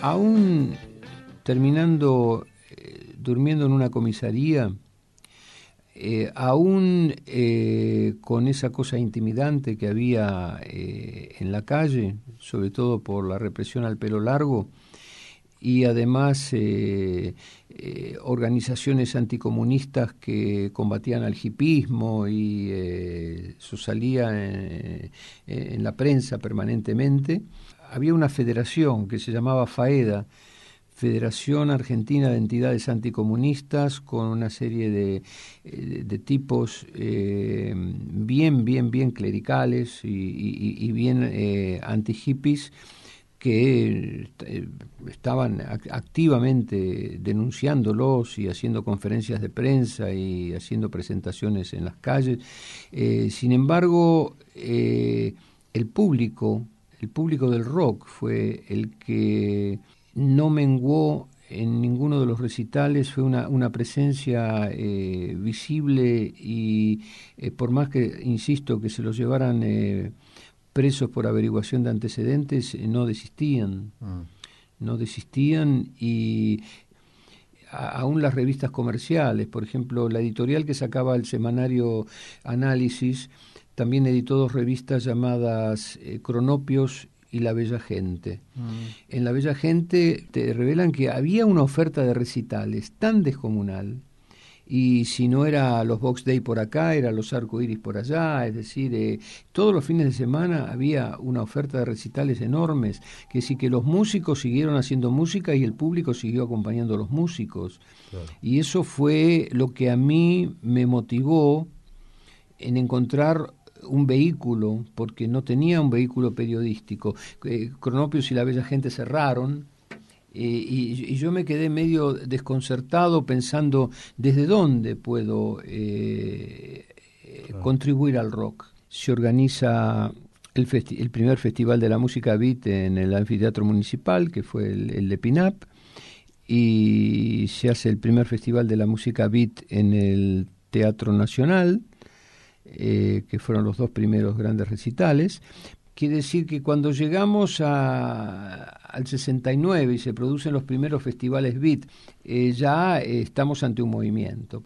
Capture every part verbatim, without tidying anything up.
aún terminando eh, durmiendo en una comisaría, eh, aún eh, con esa cosa intimidante que había eh, en la calle, sobre todo por la represión al pelo largo, y además eh, eh, organizaciones anticomunistas que combatían al hipismo y eh, eso salía en, en la prensa permanentemente. Había una federación que se llamaba FAEDA, Federación Argentina de Entidades Anticomunistas, con una serie de, de, de tipos eh, bien, bien, bien clericales y, y, y bien eh, anti-hippies, que eh, estaban activamente denunciándolos y haciendo conferencias de prensa y haciendo presentaciones en las calles. Eh, sin embargo, eh, el público, el público del rock fue el que no menguó en ninguno de los recitales, fue una, una presencia eh, visible y eh, por más que, insisto, que se los llevaran eh, presos por averiguación de antecedentes, eh, no desistían, mm. no desistían y a, aún las revistas comerciales, por ejemplo, la editorial que sacaba el semanario Análisis, también editó dos revistas llamadas eh, Cronopios y La Bella Gente. Mm. En La Bella Gente te revelan que había una oferta de recitales tan descomunal, y si no era los Box Day por acá, era los Arco Iris por allá, es decir, eh, todos los fines de semana había una oferta de recitales enormes, que sí que los músicos siguieron haciendo música y el público siguió acompañando a los músicos. Claro. Y eso fue lo que a mí me motivó en encontrar un vehículo, porque no tenía un vehículo periodístico. Eh, Cronopios y La Bella Gente cerraron, eh, y, y yo me quedé medio desconcertado pensando desde dónde puedo eh, claro. contribuir al rock. Se organiza el, festi- el primer festival de la música beat en el anfiteatro municipal, que fue el, el de Pinap, y se hace el primer festival de la música beat en el Teatro Nacional, Eh, que fueron los dos primeros grandes recitales. Quiere decir que cuando llegamos a, al sesenta y nueve y se producen los primeros festivales beat, eh, ya eh, estamos ante un movimiento.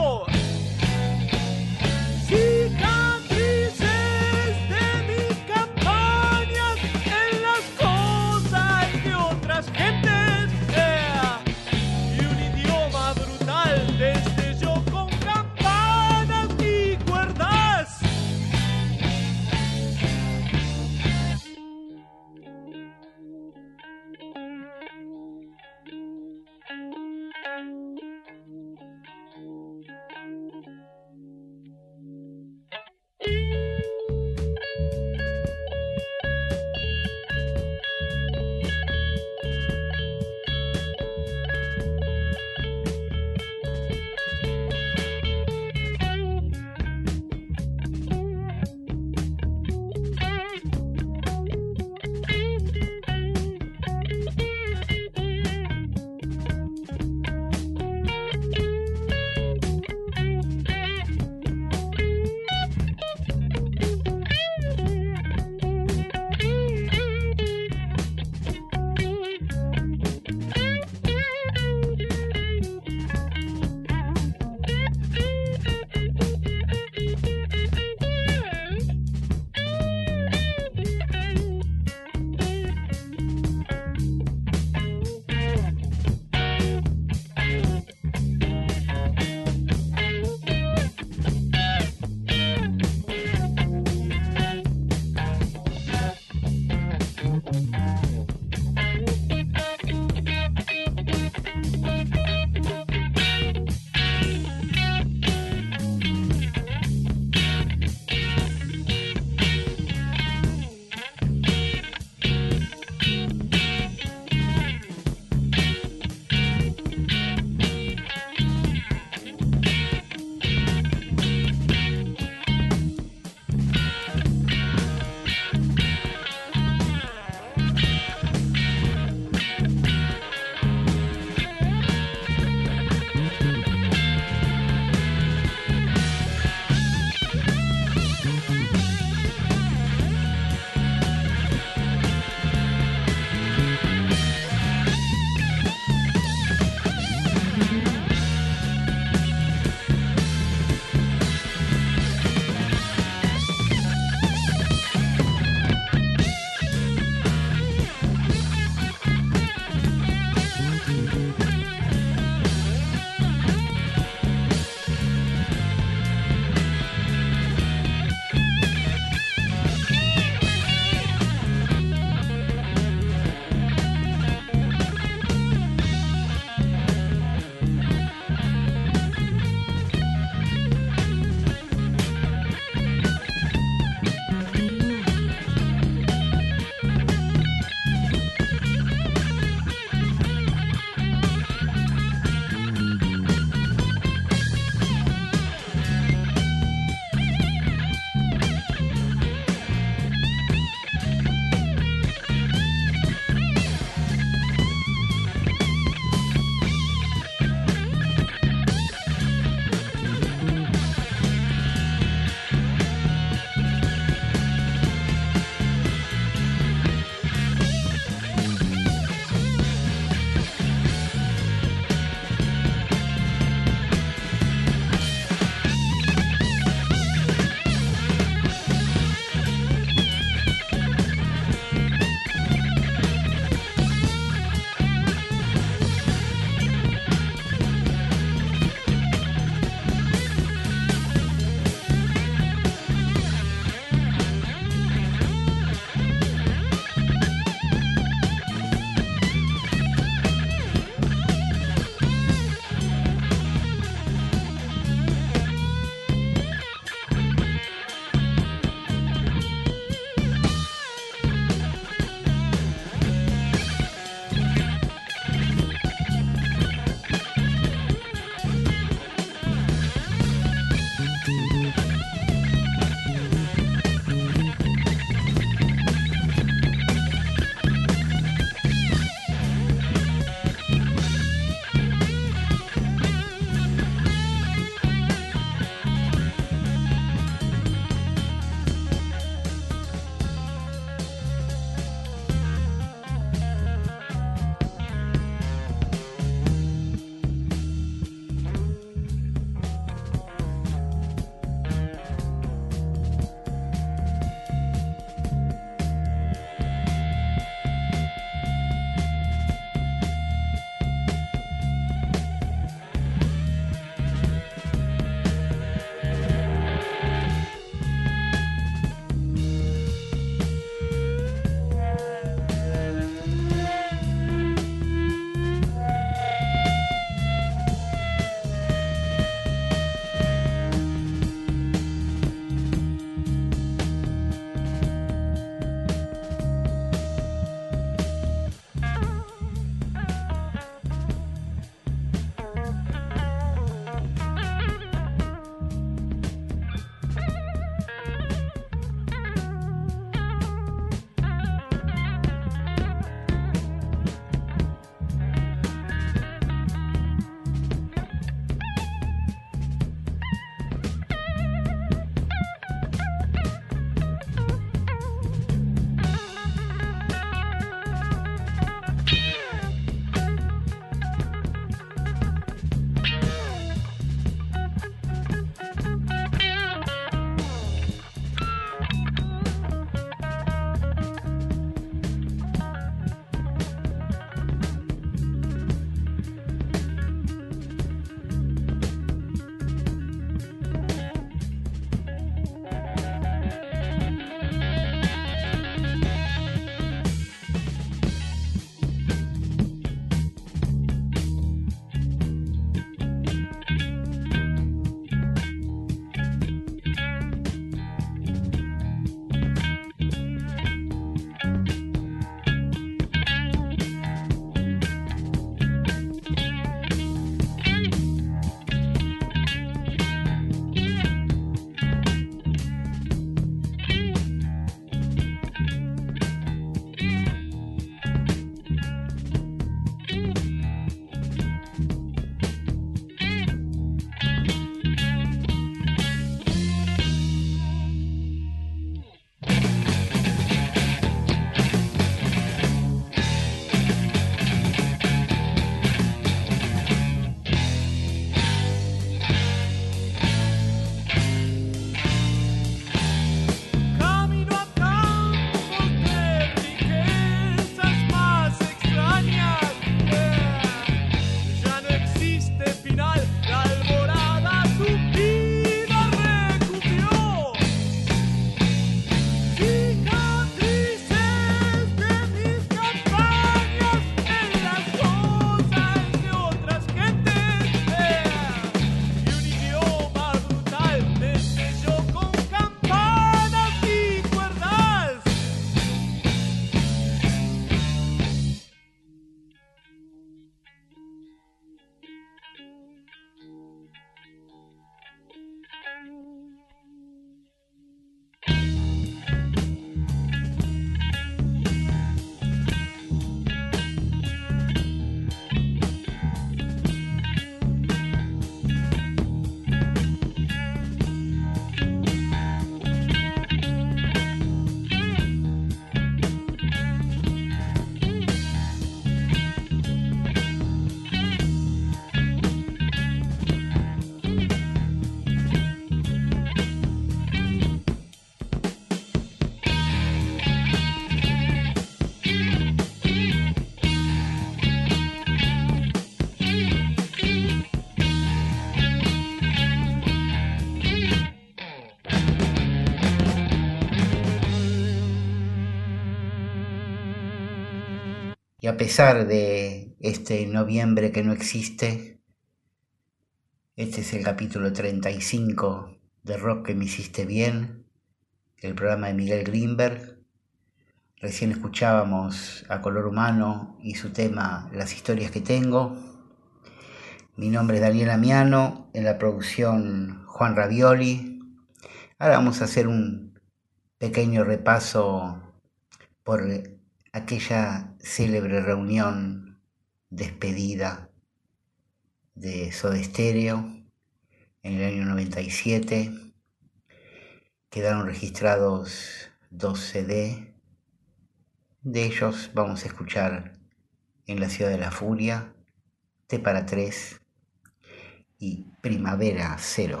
Y a pesar de este noviembre que no existe, este es el capítulo treinta y cinco de Rock que me hiciste bien, el programa de Miguel Greenberg. Recién escuchábamos a Color Humano y su tema Las historias que tengo. Mi nombre es Daniel Amiano, en la producción Juan Ravioli. Ahora vamos a hacer un pequeño repaso por aquella célebre reunión despedida de Soda Stereo en el año noventa y siete. Quedaron registrados dos C D. De ellos vamos a escuchar En la ciudad de la furia, T para tres y Primavera Cero.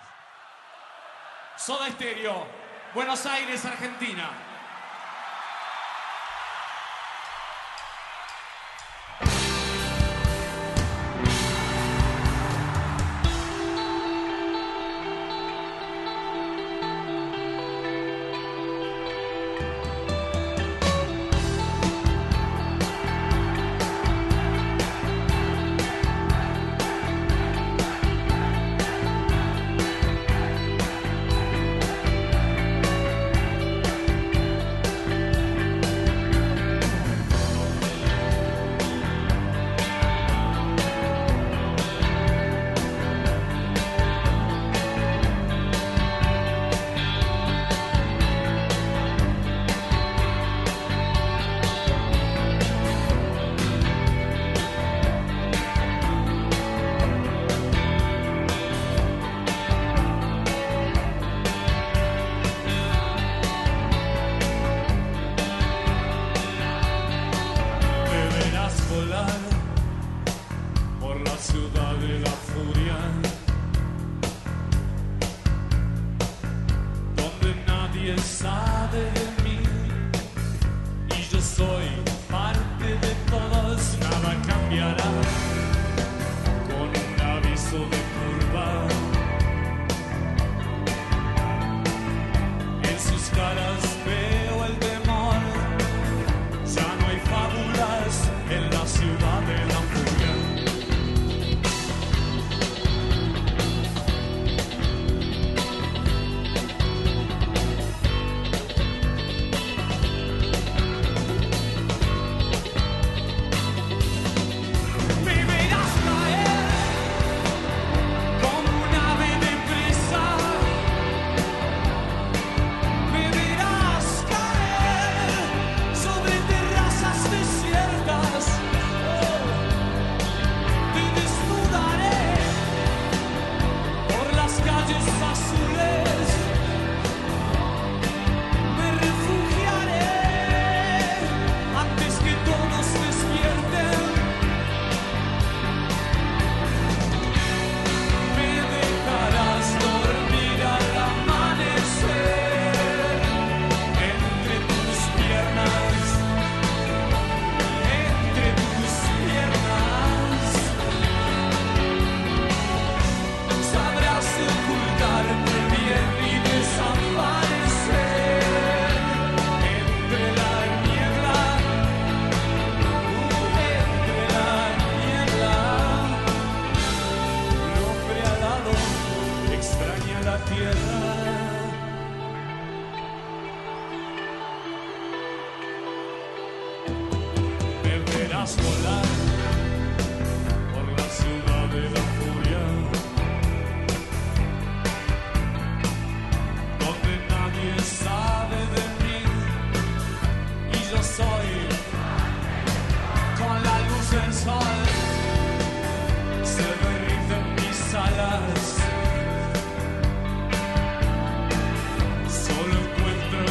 Soda Stereo, Buenos Aires, Argentina.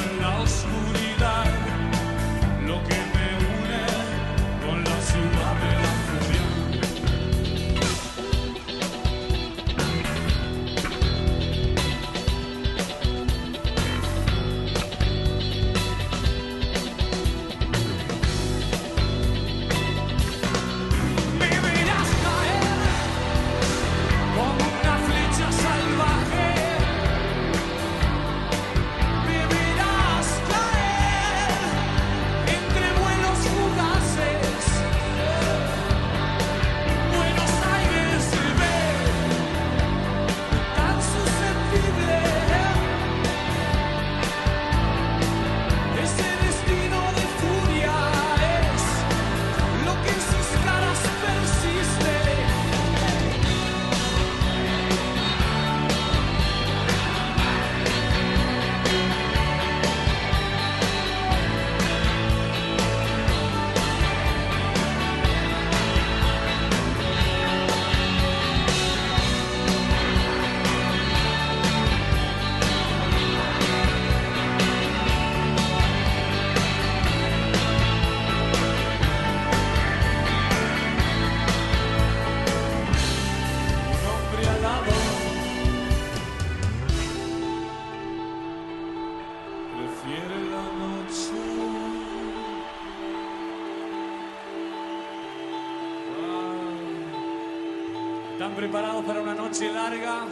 Lo que me une con la ciudad de ¿Están preparados para una noche larga?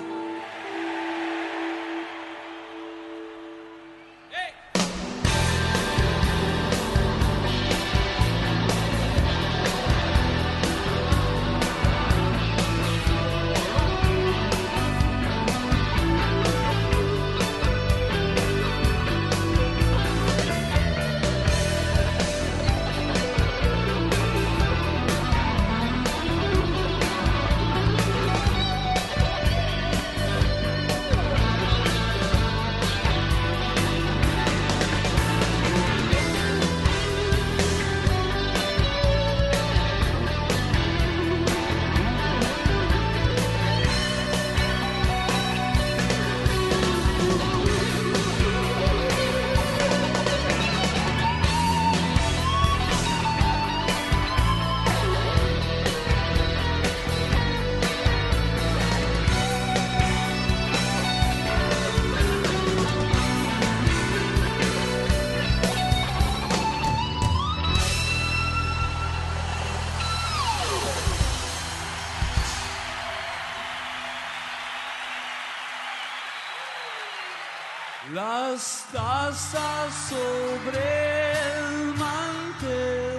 Las tazas sobre el mantel,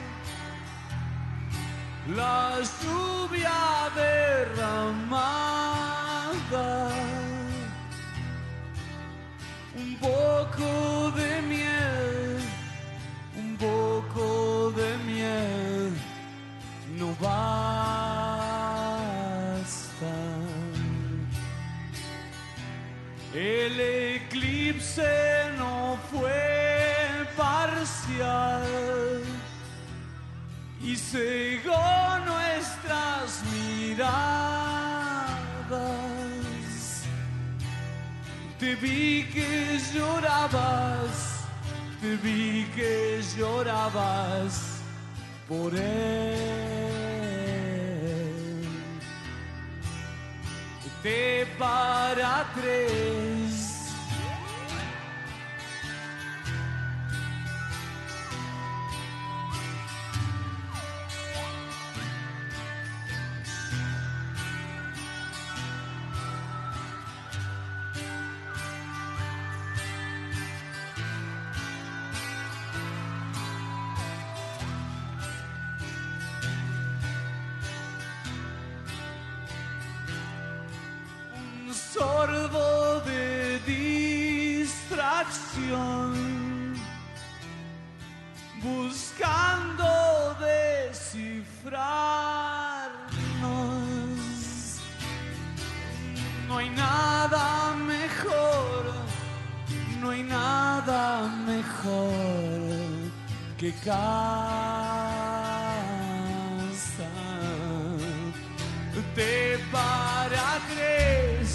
la lluvia derramada, un poco de miel, un poco de miel, no basta. El eclipse no fue parcial y cegó nuestras miradas. Te vi que llorabas, te vi que llorabas por él. De para tres. Sorbo de distracción, buscando descifrarnos. No hay nada mejor, no hay nada mejor que casa. De para tres.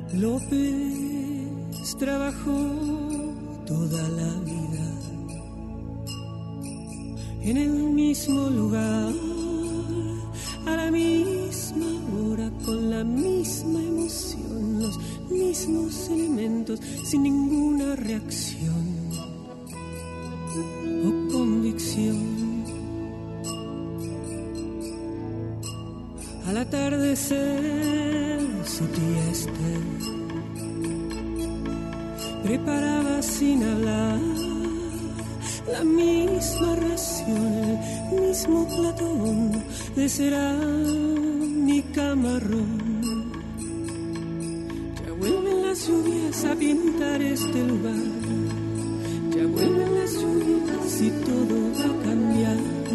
López trabajó toda la vida en el mismo lugar, a la misma hora, con la misma emoción, los mismos elementos, sin ninguna reacción o convicción. Al atardecer su tía Esther preparaba sin hablar la misma ración, el mismo plato hondo de cerámica marrón. Ya vuelven las lluvias a pintar este lugar, ya vuelven las lluvias y todo va a cambiar.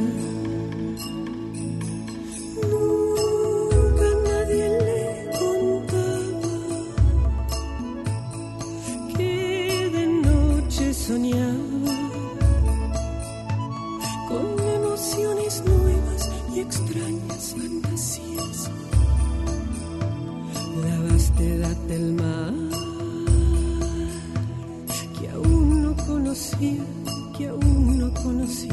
Soñaba con emociones nuevas y extrañas fantasías. La vastedad del mar que aún no conocía, que aún no conocía.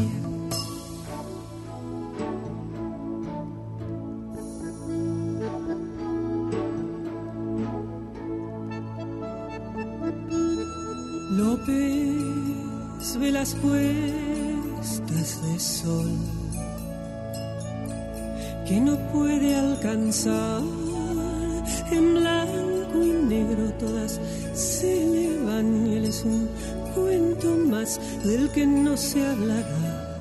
López ve las puestas de sol que no puede alcanzar. En blanco y negro todas se elevan y él es un cuento más del que no se hablará.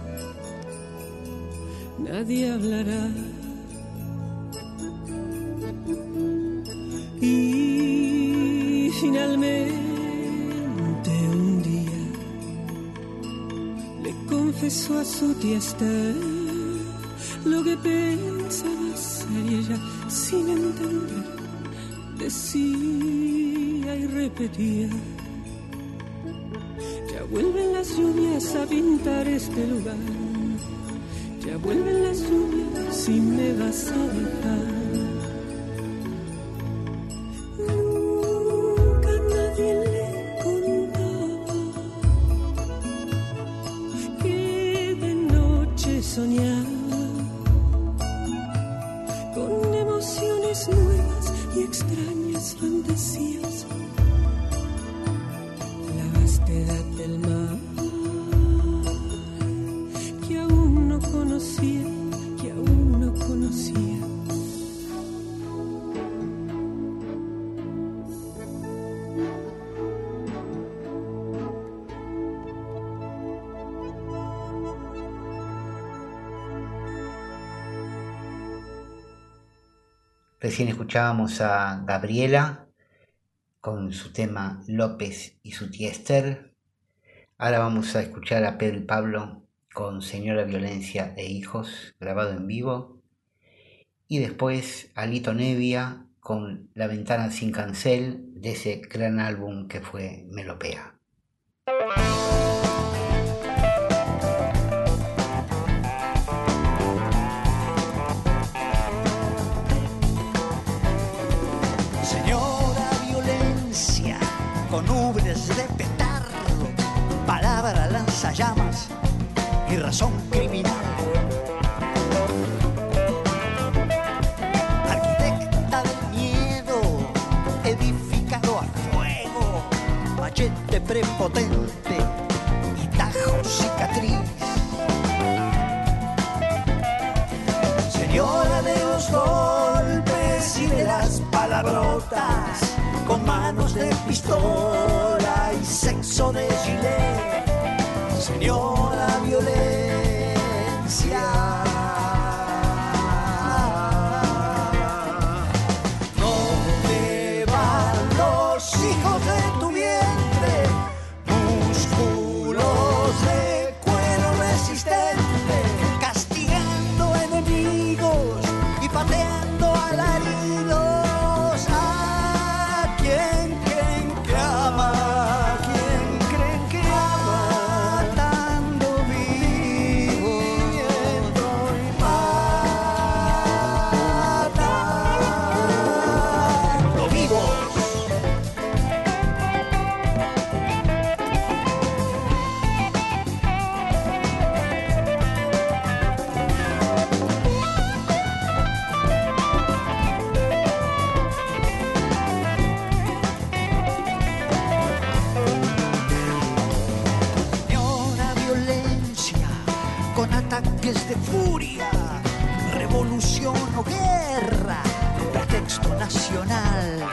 Nadie hablará. Y finalmente confesó a su tía Esther lo que pensaba ser y ella, sin entender, decía y repetía: ya vuelven las lluvias a pintar este lugar, ya vuelven las lluvias y me vas a dejar. Soñaba con emociones nuevas y extrañas fantasías. La vastedad del mar que aún no conocía, que aún no conocía. Recién escuchábamos a Gabriela con su tema López y su tía Esther. Ahora vamos a escuchar a Pedro y Pablo con Señora Violencia e Hijos, grabado en vivo. Y después a Lito Nevia con La Ventana sin Cancel, de ese gran álbum que fue Melopea. Con ubres de petardo, palabra lanzallamas y razón criminal. Arquitecta del miedo, edificado a fuego, machete prepotente y tajo cicatriz. Señora de los golpes y de las palabrotas, con manos de pistola y sexo de gilet. Señora Violencia, ¿dónde van los hijos de tu vientre? Músculos de cuero resistente, castigando enemigos y pateando alaridos. ataques de furia, revolución o guerra, pretexto nacional.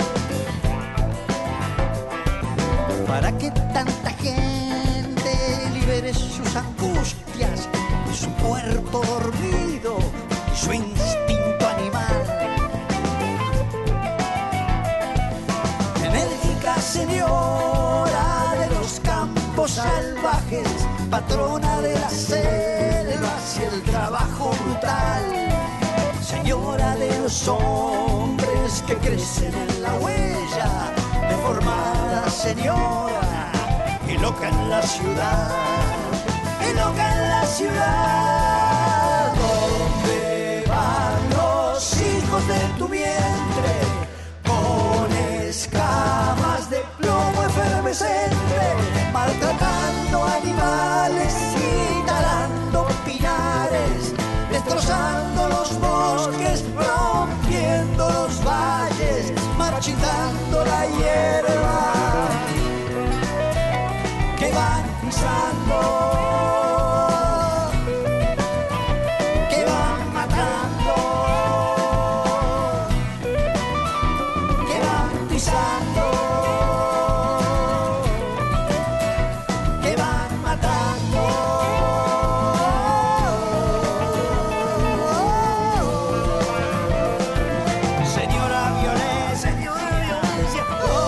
Para que tanta gente libere sus angustias y su cuerpo dormido y su instinto animal. Enérgica señora de los campos salvajes, patrona de las selvas y el trabajo brutal, señora de los hombres que crecen en la huella, deformada señora y loca en la ciudad, y loca en la ciudad. ¿Dónde van los hijos de tu vientre? Con escamas de plomo efervescente, maltratando animales y talando pinares, destrozando los bosques, rompiendo los valles, marchitando la hierba que van pisando, que van matando, que van pisando, que van matando. Señora violencia, señora violencia.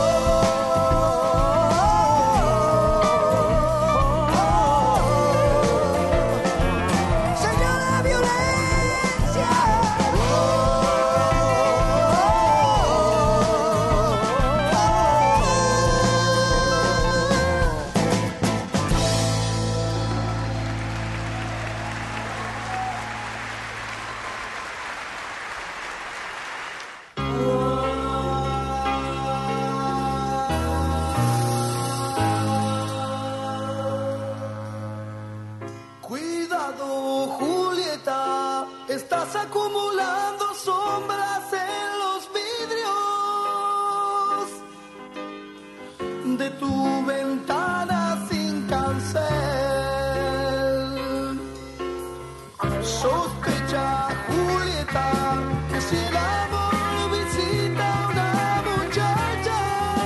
Señora violencia. Cuidado, Julieta, estás acumulando sombras en los vidrios de tu ventana sin cancel. Sospecha, Julieta, que si el amor visita a una muchacha,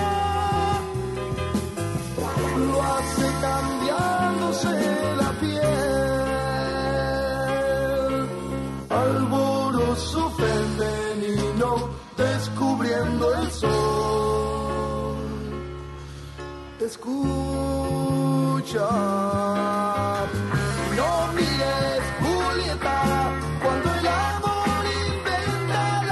lo hace cambiándose la piel. Alborozo femenino descubriendo el sol. Escucha, no mires, Julieta, cuando el amor inventa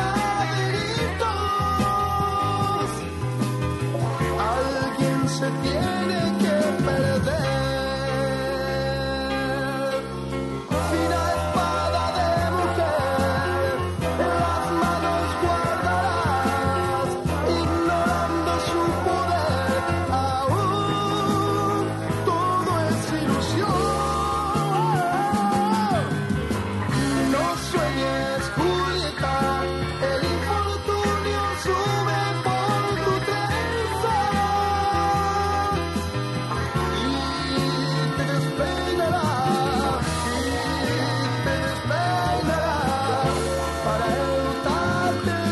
laberintos. Alguien se tiene que perder. Fina espada de mujer, en las manos guardarás, ignorando su poder. Aún todo es ilusión. No sueñes, Julieta, el infortunio sube por tu trenza y te despeinará, y te despeinará para eructarte el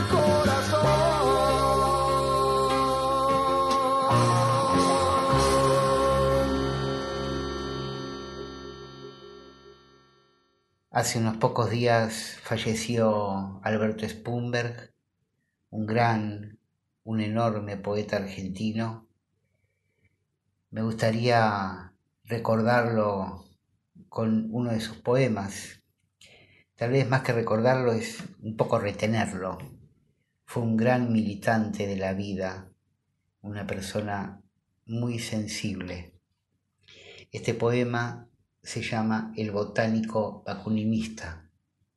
corazón. Hace unos pocos días falleció Alberto Spumberg, un gran, un enorme poeta argentino. Me gustaría recordarlo con uno de sus poemas. Tal vez más que recordarlo es un poco retenerlo. Fue un gran militante de la vida, una persona muy sensible. Este poema se llama El botánico bacuninista.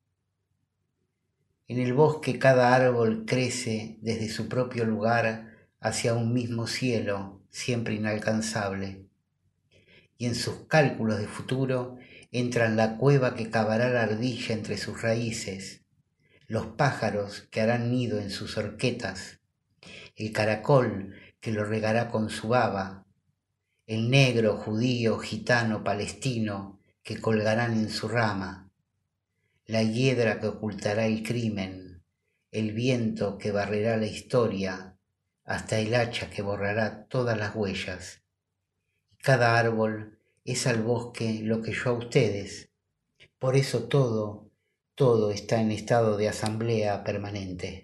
En el bosque cada árbol crece desde su propio lugar hacia un mismo cielo siempre inalcanzable, y en sus cálculos de futuro entran la cueva que cavará la ardilla entre sus raíces, los pájaros que harán nido en sus horquetas, el caracol que lo regará con su baba, el negro, judío, gitano, palestino que colgarán en su rama, la hiedra que ocultará el crimen, el viento que barrerá la historia, hasta el hacha que borrará todas las huellas. Cada árbol es al bosque lo que yo a ustedes. Por eso todo, todo está en estado de asamblea permanente.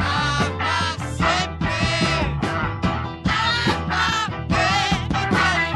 Bye.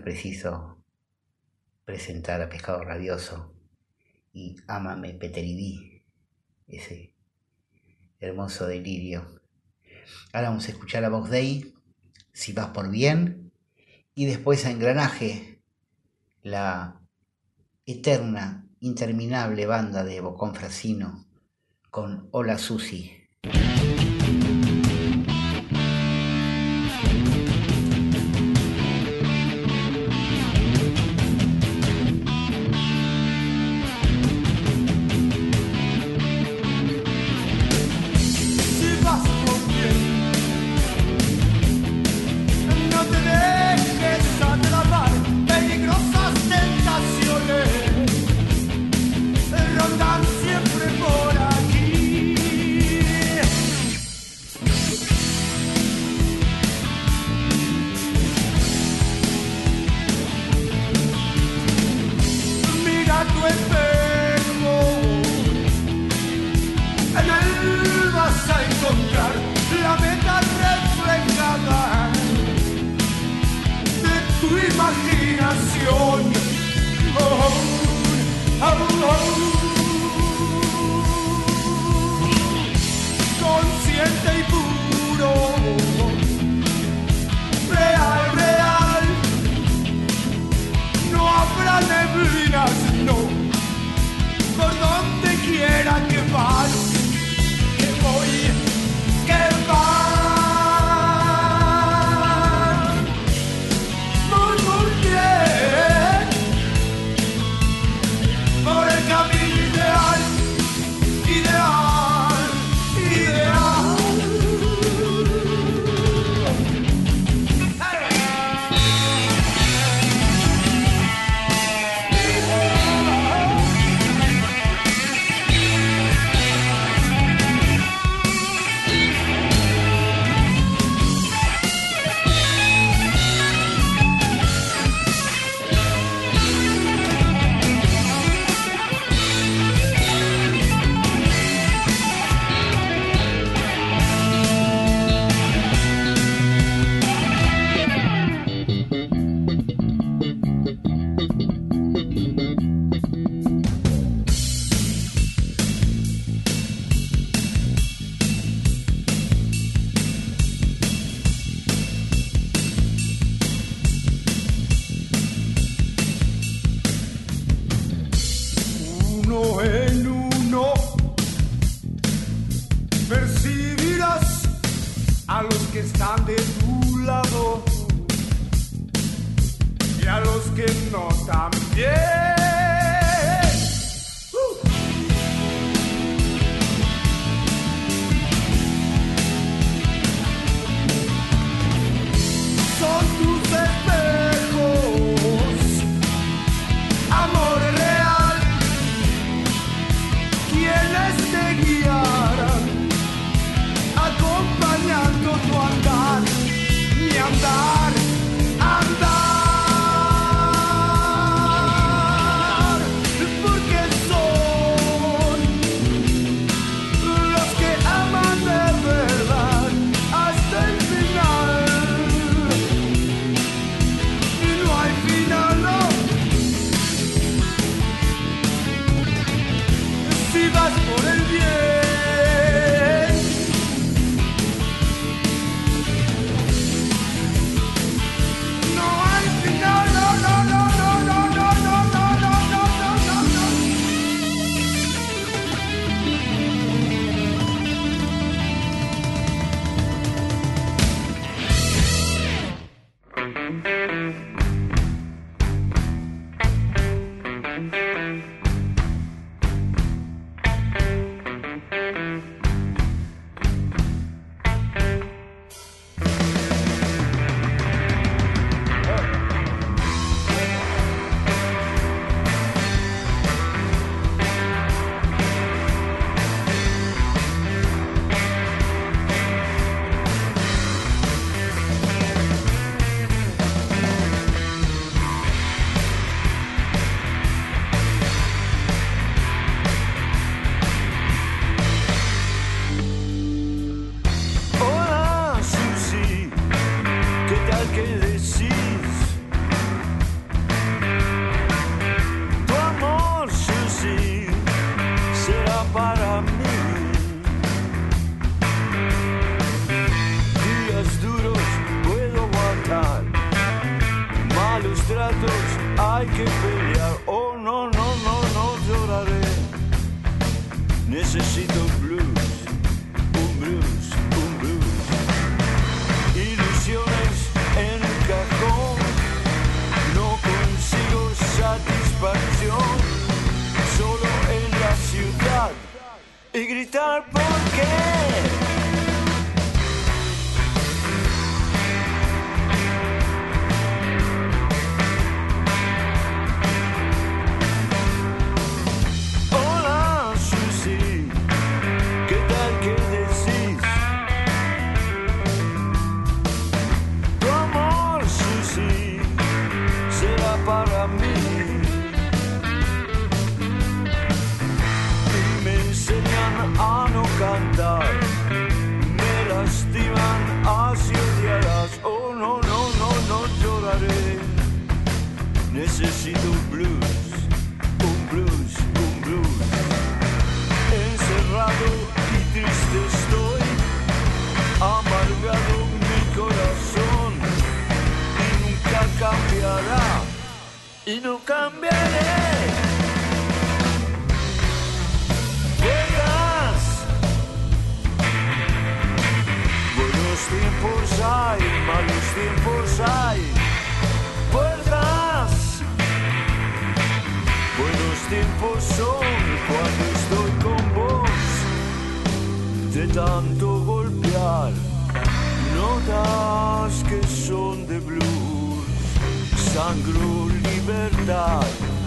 preciso presentar a Pescado Rabioso y Ámame Peteribí, ese hermoso delirio. Ahora vamos a escuchar a Vox Dei, Si vas por bien, y después a Engranaje, la eterna, interminable banda de Bocón Frasino, con Hola Susi. Andar, andar. hay que pelear. Oh, no, no, no, no lloraré. Necesito blues, un blues, un blues. Ilusiones en el cajón, no consigo satisfacción. Solo en la ciudad y gritar ¿por qué? Para mí me enseñan a no cantar, me lastiman así odiarás. Oh no, no, no, no lloraré. Necesito un blues, un blues, un blues. Encerrado y triste estoy, amargado mi corazón y nunca cambiará. Y no cambiaré. Verás, buenos tiempos hay, malos tiempos hay. Puertas, buenos tiempos son cuando estoy con vos. De tanto golpear, notas que son de blues. Sangro, libertad.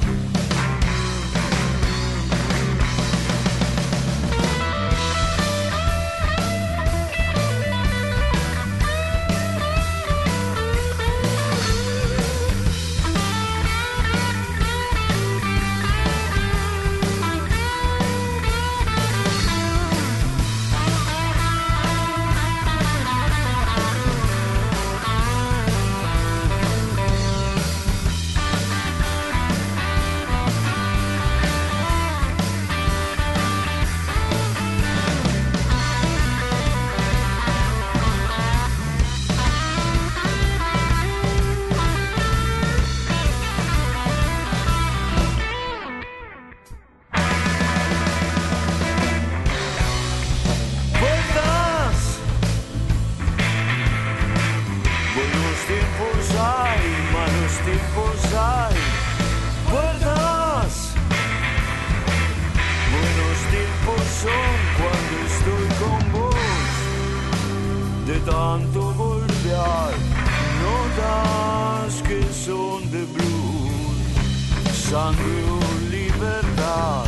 Tanto golpear, notas que son de blues, sangre o libertad.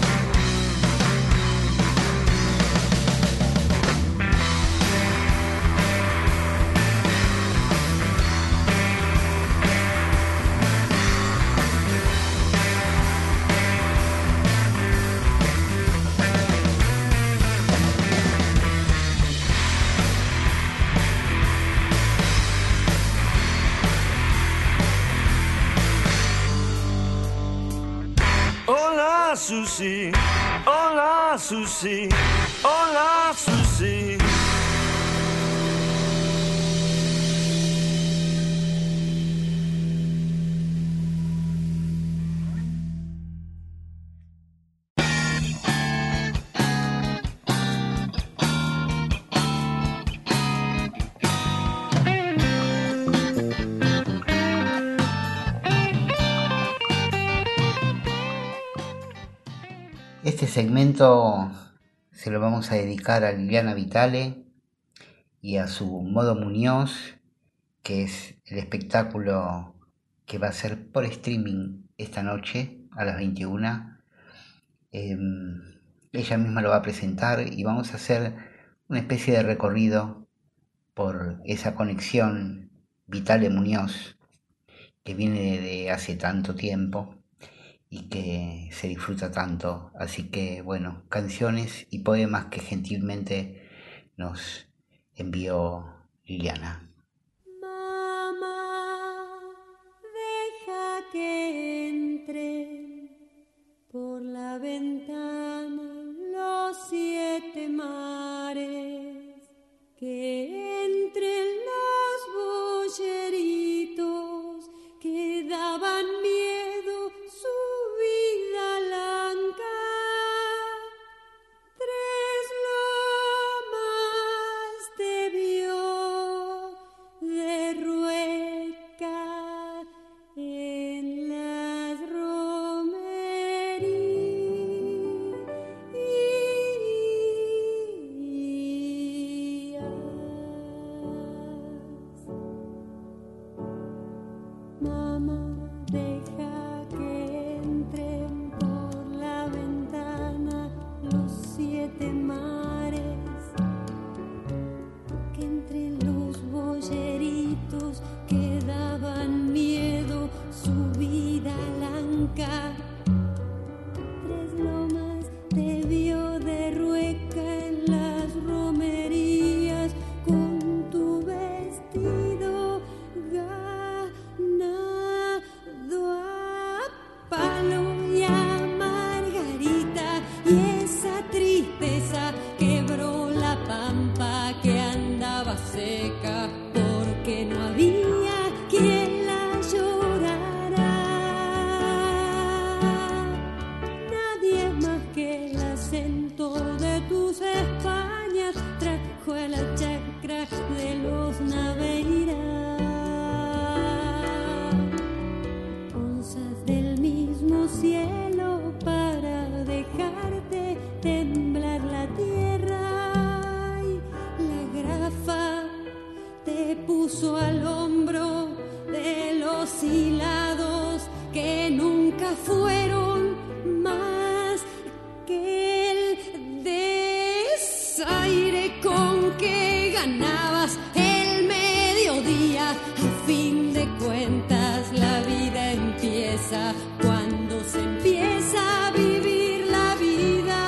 Hola Susi, hola Susi, hola Susi. Este segmento se lo vamos a dedicar a Liliana Vitale y a su Modo Muñoz, que es el espectáculo que va a ser por streaming esta noche a las veintiuna. Eh, ella misma lo va a presentar y vamos a hacer una especie de recorrido por esa conexión Vitale-Muñoz que viene de hace tanto tiempo y que se disfruta tanto. Así que bueno, canciones y poemas que gentilmente nos envió Liliana. Mamá, deja que entre por la ventana los siete mares, que entre los boyeritos que daban mi bronca. Tres lomas te vio de rueca en las romerías con tu vestido ganado a palo y a margarita, y esa tristeza quebró la pampa que andaba seca porque no había quien la llorara. Nadie más que el acento de tus Españas trajo a la chacra de los Naveira. Onzas del mismo cielo para dejarte temblar la tierra, y la grafa te puso al hombro de los hilados que nunca fueron más que el desaire con que ganabas el mediodía. A fin de cuentas la vida empieza cuando se empieza a vivir la vida.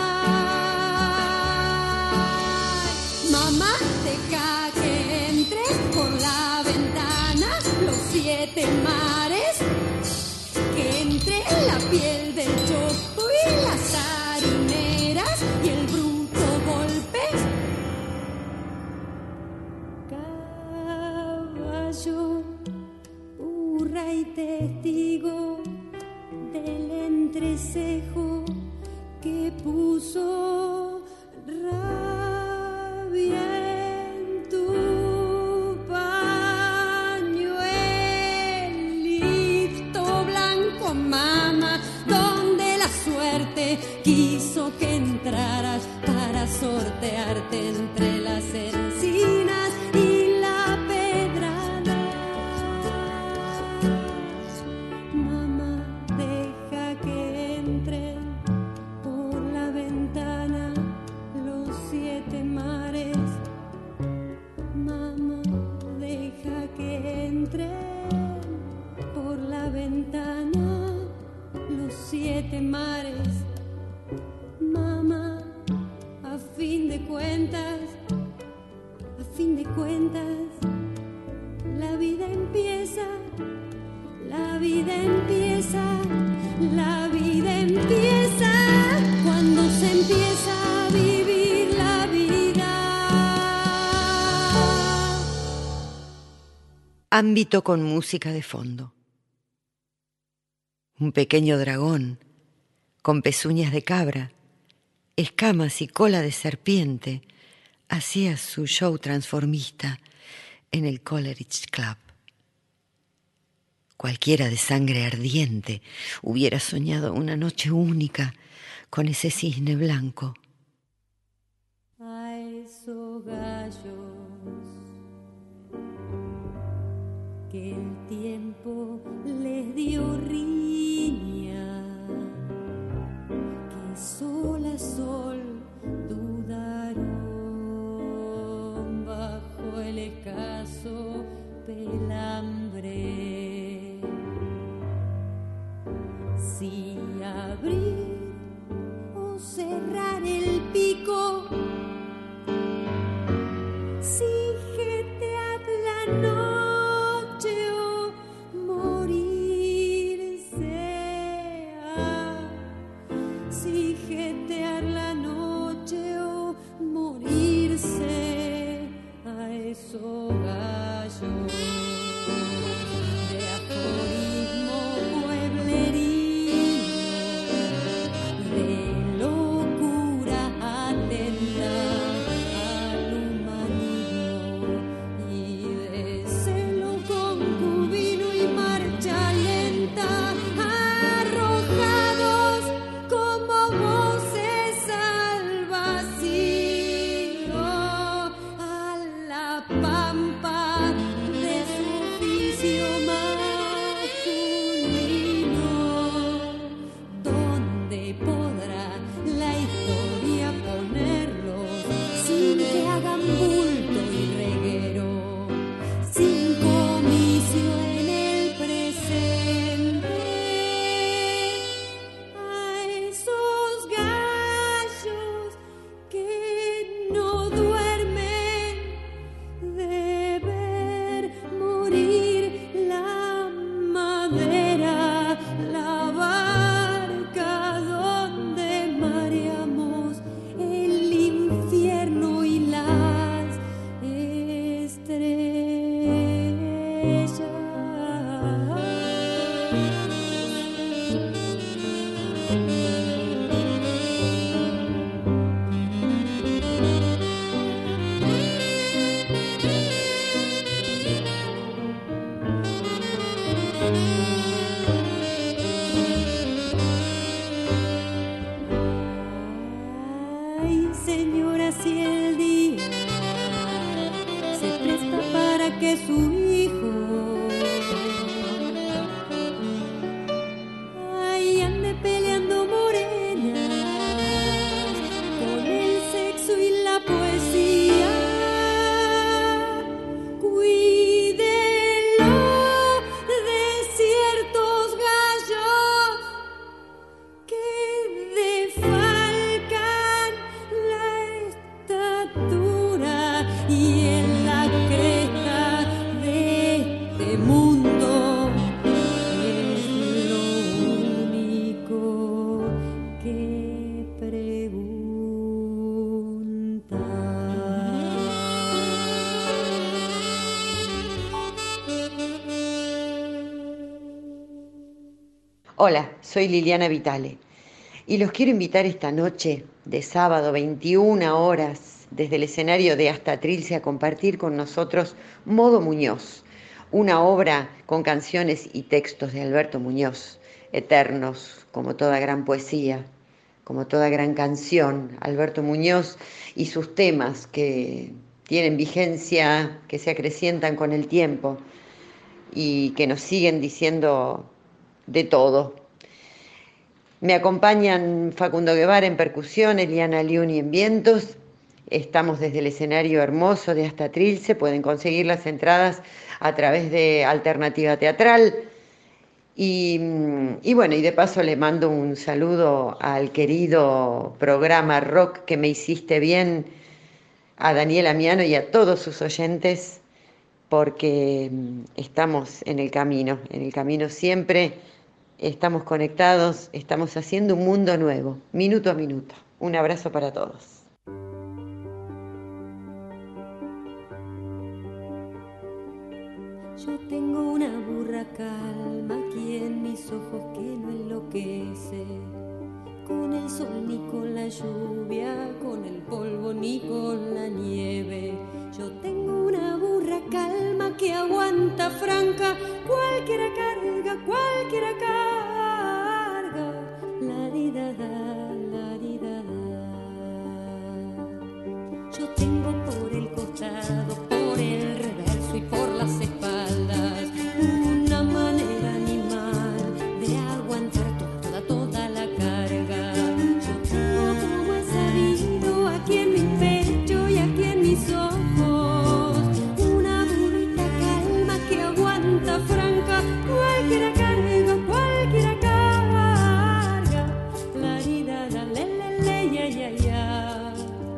Mamá, deja que entres por la ventana los siete mares, que entre la piel del chopo y las harineras y el bruto golpe. Caballo, burra y testigo del entrecejo que puso rabia en tu pañuelito blanco, mamá, donde la suerte quiso que entraras para sortearte entre las encinas y la pedrada. Mamá, deja que entren por la ventana los siete mares. Mamá, deja que entren por la ventana los siete mares. Mamá, a fin de cuentas, a fin de cuentas, la vida empieza, la vida empieza, la vida empieza cuando se empieza a vivir la vida. Ámbito con música de fondo. Un pequeño dragón con pezuñas de cabra, escamas y cola de serpiente hacía su show transformista en el Coleridge Club. Cualquiera de sangre ardiente hubiera soñado una noche única con ese cisne blanco. A esos gallos que el tiempo les dio riña, que sol a sol dudaron bajo el escaso pelambre. Si abrir o cerrar el pico, si jetear la noche o morirse, ah, si jetear la noche o morirse, a esos gallos de aforismo pueblerino, de locura Hola, soy Liliana Vitale y los quiero invitar esta noche de sábado, veintiuna horas, desde el escenario de Hasta Trilce a compartir con nosotros Modo Muñoz, una obra con canciones y textos de Alberto Muñoz, eternos como toda gran poesía, como toda gran canción. Alberto Muñoz y sus temas que tienen vigencia, que se acrecientan con el tiempo y que nos siguen diciendo de todo. Me acompañan Facundo Guevara en percusión, Eliana Liuni en vientos. Estamos desde el escenario hermoso de Hasta Trilce. Pueden conseguir las entradas a través de Alternativa Teatral. Y, y bueno, y de paso le mando un saludo al querido programa Rock que me hiciste bien, a Daniel Amiano y a todos sus oyentes, porque estamos en el camino, en el camino siempre. Estamos conectados, estamos haciendo un mundo nuevo, minuto a minuto. Un abrazo para todos. Yo tengo una burra calma aquí en mis ojos que no enloquece, con el sol ni con la lluvia, con el polvo ni con la nieve. Yo tengo una burra calma que aguanta franca cualquiera carga, cualquiera carga. La di da da, la di da da. Yo tengo por el costado, por el reverso y por las espaldas una manera animal de aguantar toda, toda la carga. Yo tengo como he sabido aquí en mi pecho y aquí en mis ojos una burrita calma que aguanta franca cualquiera carga, cualquiera carga. La vida, la le, le, le, ya, ya, ya.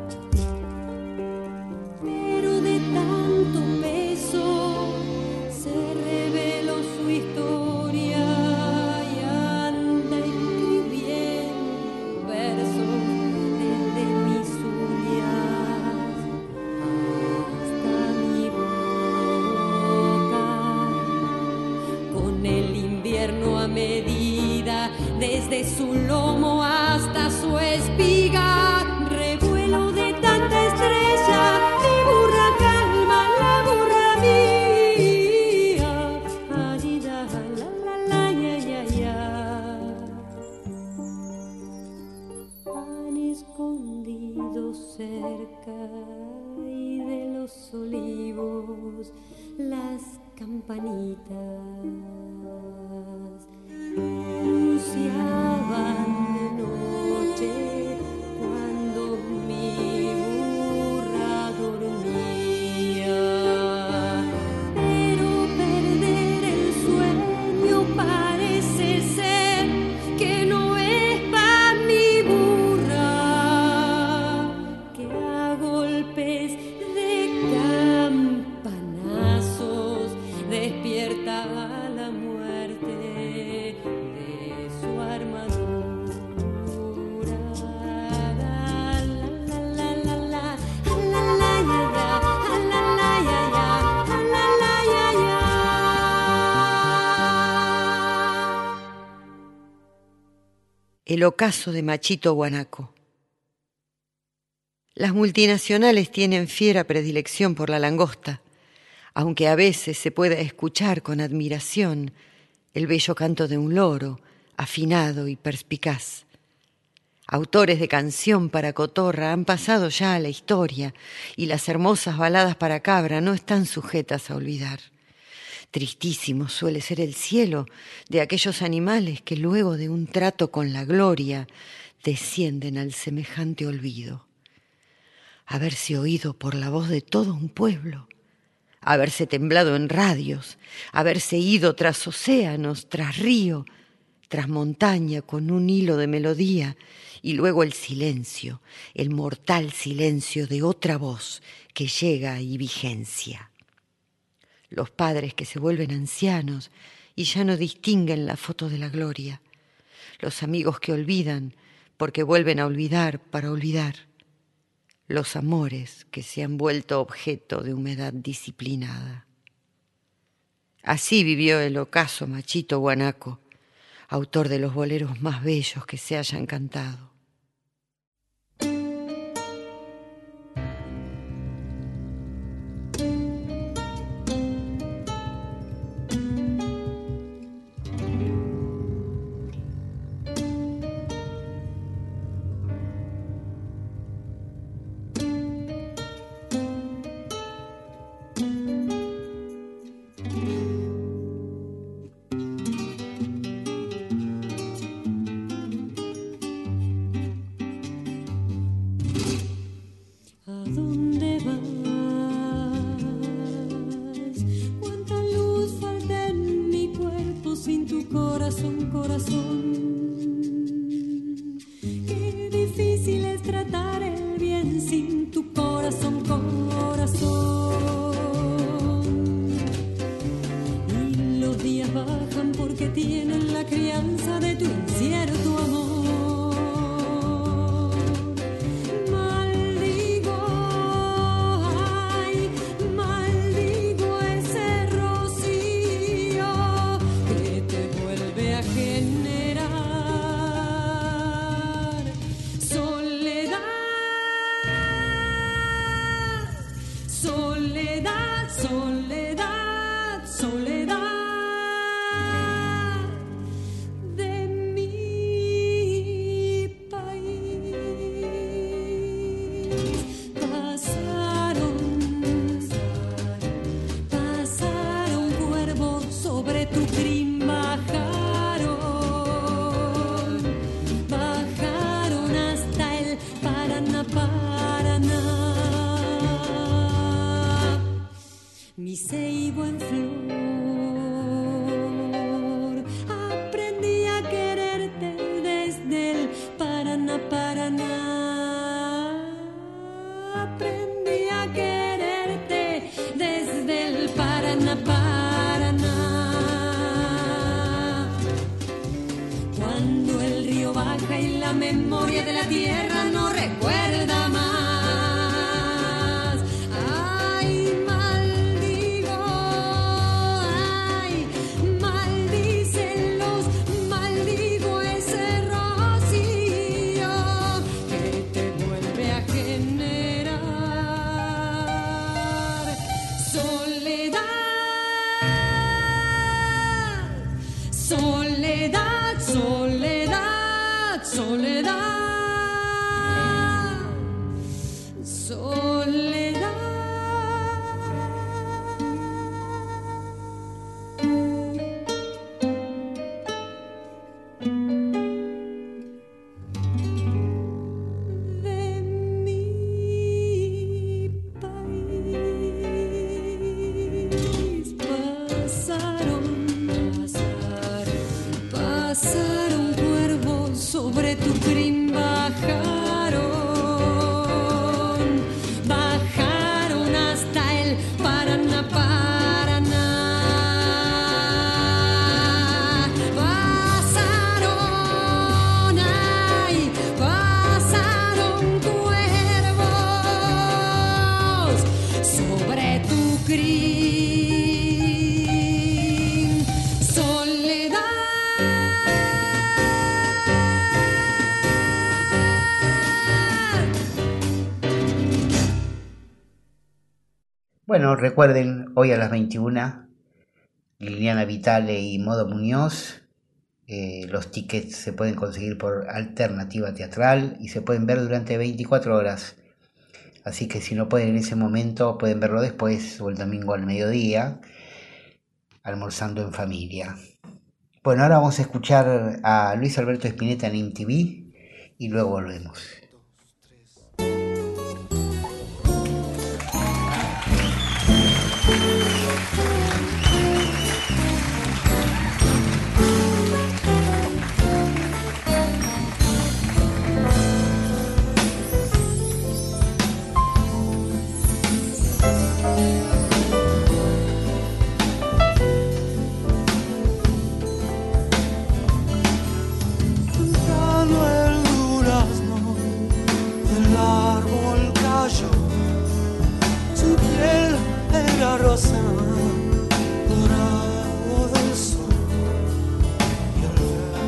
Pero de tanto peso se reveló su historia y anda escribiendo versos desde mis uñas hasta mi boca, con el invierno a medida, desde su lomo hasta su espiga. Revuelo de tanta estrella, mi burra calma, la burra mía. Adida, la la la, ya ya ya. Han escondido cerca y de los olivos las campanitas anunciaban de noche cuando mi burra dormía. Pero perder el sueño parece ser que no es pa' mi burra, que a golpes de campanazos despierta a la muerte de su armadura. La, la, la, la, la, la, la, la, ya, ya, la, la, ya, ya, la, la, ya, ya. El ocaso de Machito Guanaco. Las multinacionales tienen fiera predilección por la langosta, aunque a veces se pueda escuchar con admiración el bello canto de un loro, afinado y perspicaz. Autores de canción para cotorra han pasado ya a la historia y las hermosas baladas para cabra no están sujetas a olvidar. Tristísimo suele ser el cielo de aquellos animales que luego de un trato con la gloria descienden al semejante olvido. Haberse oído por la voz de todo un pueblo, haberse temblado en radios, haberse ido tras océanos, tras río, tras montaña con un hilo de melodía, y luego el silencio, el mortal silencio de otra voz que llega y vigencia. Los padres que se vuelven ancianos y ya no distinguen la foto de la gloria. Los amigos que olvidan porque vuelven a olvidar para olvidar. Los amores que se han vuelto objeto de humedad disciplinada. Así vivió el ocaso Machito Guanaco, autor de los boleros más bellos que se hayan cantado. Bueno, recuerden, hoy a las veintiuna, Liliana Vitale y Modo Muñoz. Eh, los tickets se pueden conseguir por Alternativa Teatral y se pueden ver durante veinticuatro horas. Así que si no pueden en ese momento, pueden verlo después o el domingo al mediodía, almorzando en familia. Bueno, ahora vamos a escuchar a Luis Alberto Spinetta en M T V y luego volvemos. Rosa, dorado del sol, y al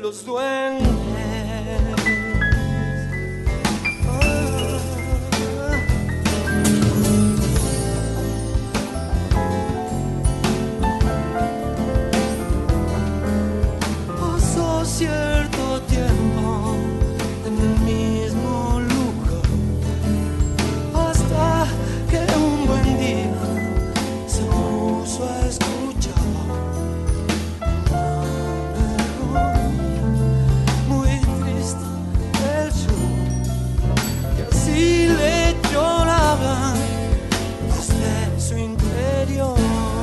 los duendes. Pasó cierto tiempo en el mismo lugar, hasta que un buen día se puso a escuchar una melodía muy triste del sur, que así le lloraba desde su interior.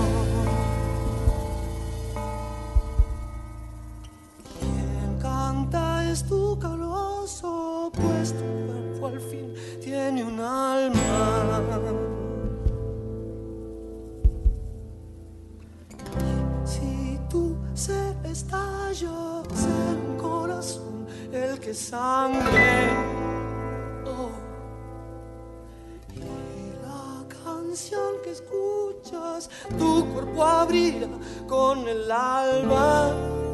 Quien canta es tu caloso, pues tu cuerpo al fin tiene un alma. Si tu ser estalla, ser un corazón el que sangre. Oh. Y la canción que escuchas, tu cuerpo abrirá con el alba.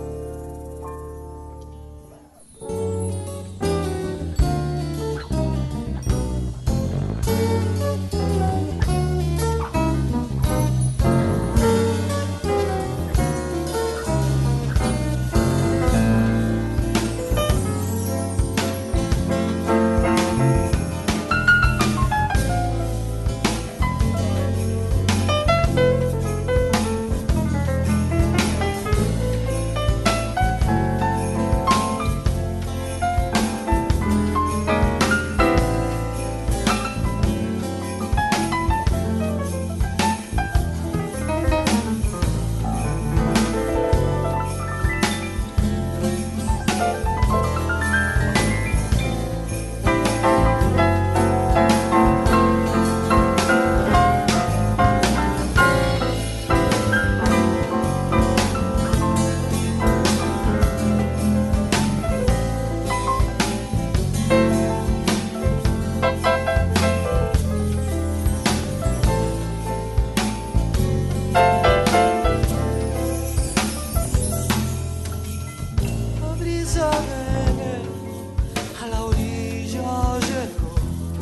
La brisa de enero a la orilla llegó,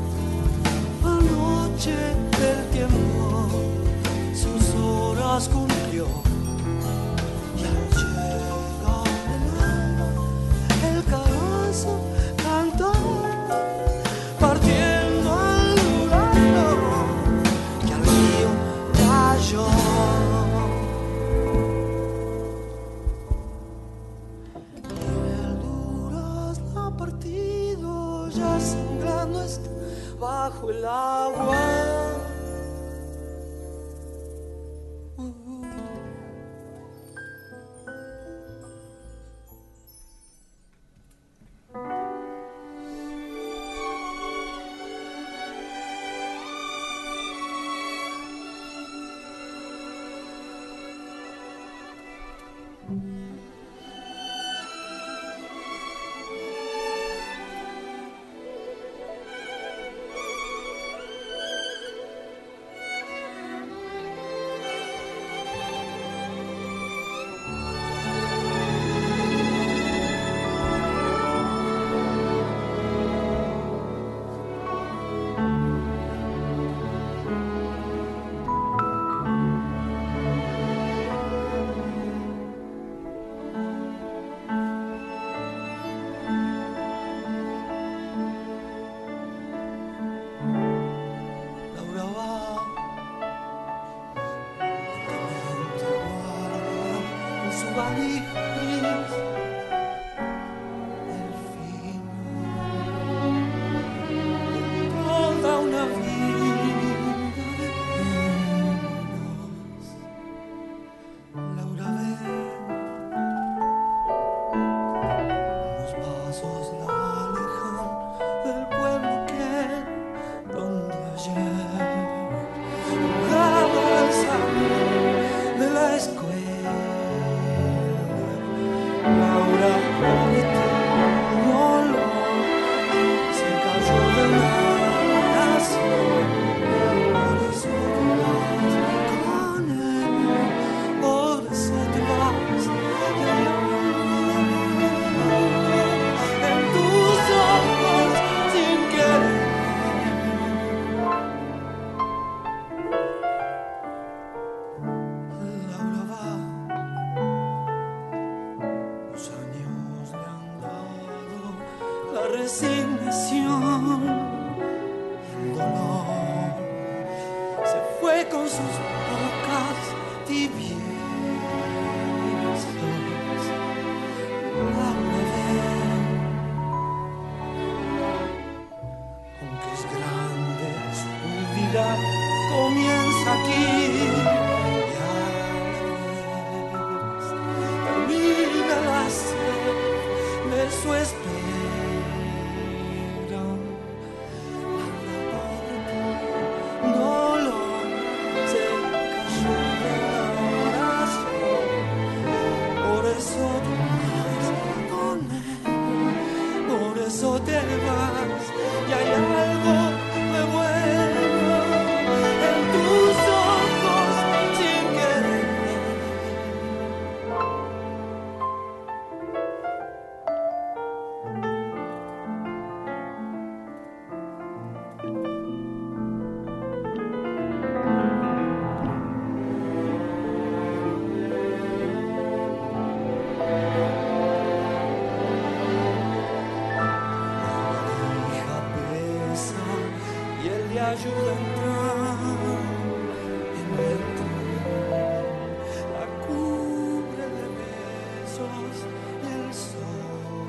anoche el tiempo sus horas cumplió, y al llegar el alba el carozo cantó, partiendo al durazno que al río cayó. El durazno partido ya sangrando está bajo el agua. Uh, uh. Laura va lentamente guarda en su valija gris el fin de toda una vida de penas. Laura ve los pasos la alejan del pueblo que donde ayer jugaba al salón de la escuela. resignación. El dolor se fue con sus bocas tibias. Aunque es grande, su vida comienza aquí. Y a la vez termina la sed de su espera. Dolor se cayó de la oración. Por eso tú vas con él, por eso te vas. Y hay algo de bueno en tus ojos sin querer. Ayuda a entrar en el tren, la cubre de besos y el sol.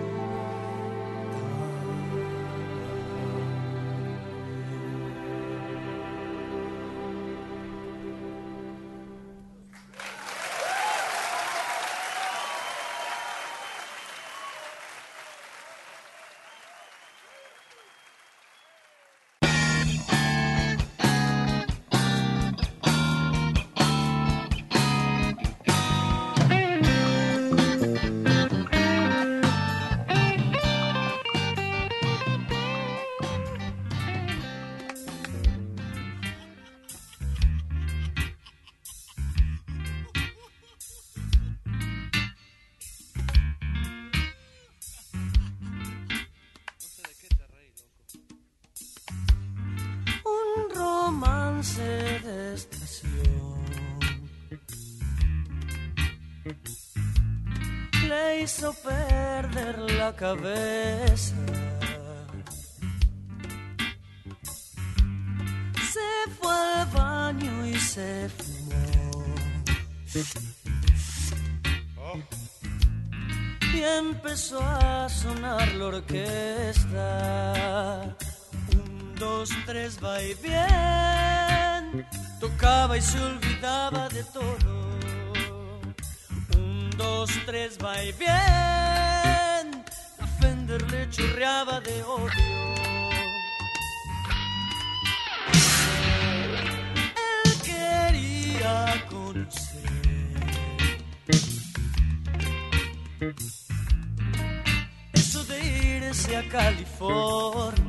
De estación le hizo perder la cabeza. Se fue al baño y se fumó. Y empezó a sonar la orquesta. Un, dos, tres, va y bien. Tocaba y se olvidaba de todo. Un, dos, tres, va y bien. La Fender le chorreaba de odio. Él quería conocer eso de irse a California.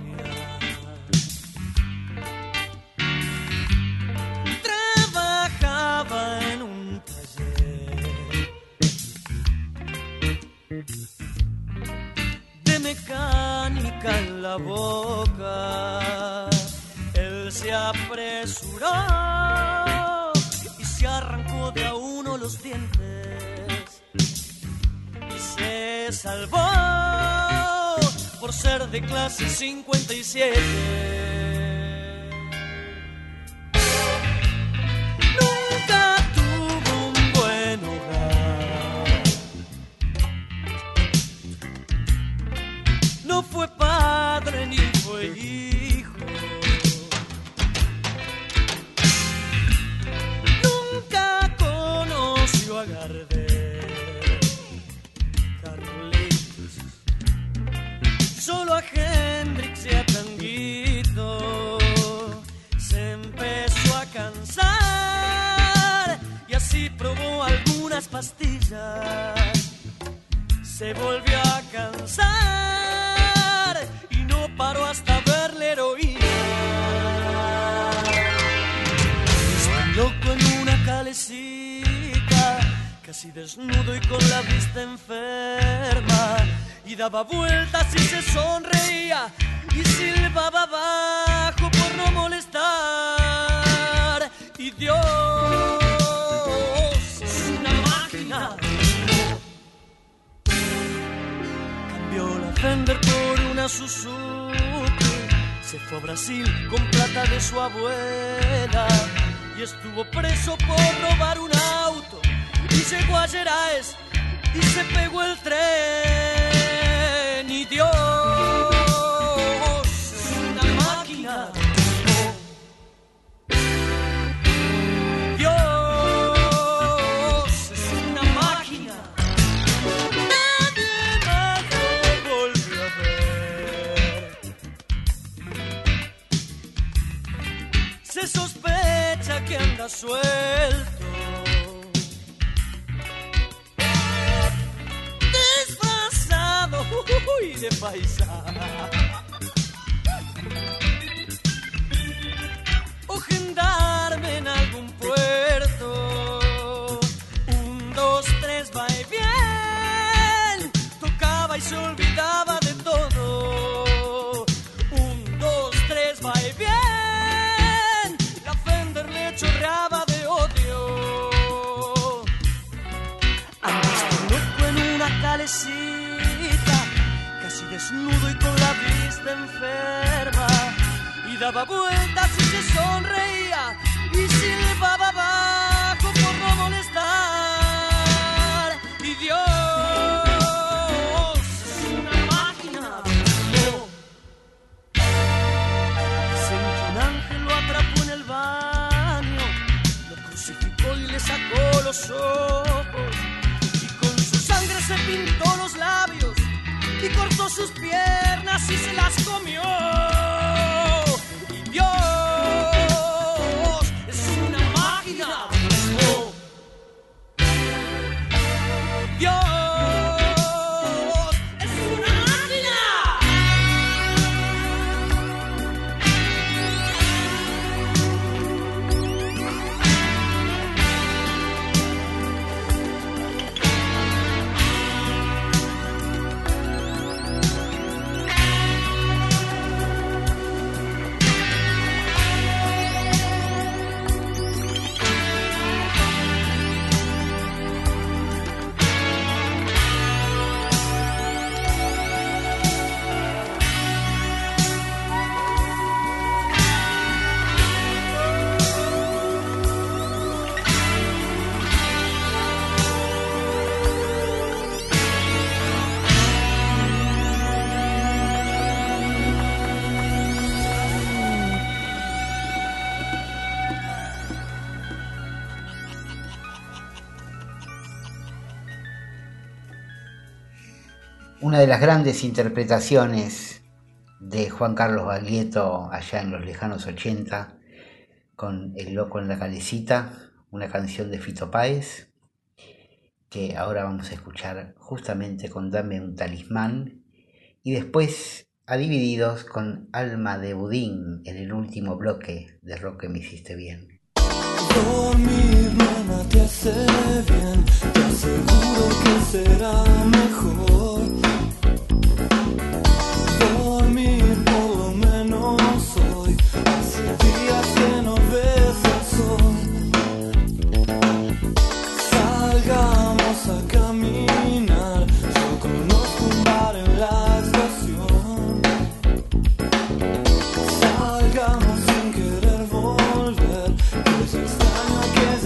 En un taller de mecánica en la boca, él se apresuró y se arrancó de a uno los dientes y se salvó por ser de clase cincuenta y siete. No fue padre ni fue hijo. Nunca conoció a Gardel, Carlitos, solo a Hendrix y a Tanguito. Se empezó a cansar y así probó algunas pastillas. Se volvió a cansar y no paró hasta verle heroína. Está loco en una calecita, casi desnudo y con la vista enferma, y daba vueltas y se sonreía y silbaba bajo por no molestar. Y Dios es una máquina. Cambió la Fender por una Suzuki, se fue a Brasil con plata de su abuela y estuvo preso por robar un auto y llegó a Gerais y se pegó el tren y Dios es una máquina. Se sospecha que anda suelto, disfrazado uy, de paisano, o gendarme en algún puerto. Un, dos, tres, va y bien, tocaba y se olvidaba de todo. Un, dos, tres, va y bien, chorreaba de odio. Han visto loco en una calecita, casi desnudo y con la vista enferma, y daba vueltas y se sonreía y silbaba abajo por no molestar. Y Dios es una máquina de amor. Dicen que un ángel lo atrapó en el bar y le sacó los ojos y con su sangre se pintó los labios y cortó sus piernas y se las comió. Y Dios es una máquina de amor. Dios es una máquina. Una de las grandes interpretaciones de Juan Carlos Baglietto allá en los lejanos ochenta, con El loco en la calecita, una canción de Fito Páez, que ahora vamos a escuchar justamente con Dame un talismán, y después a Divididos con Alma de Budín en el último bloque de Rock que me hiciste bien. Dormir, nena, te hace bien, te aseguro que será mejor. Dormir por lo menos hoy, hace días que no ves el sol. Salgamos a caminar, yo conozco un bar en la estación. Salgamos sin querer volver, que es extraño que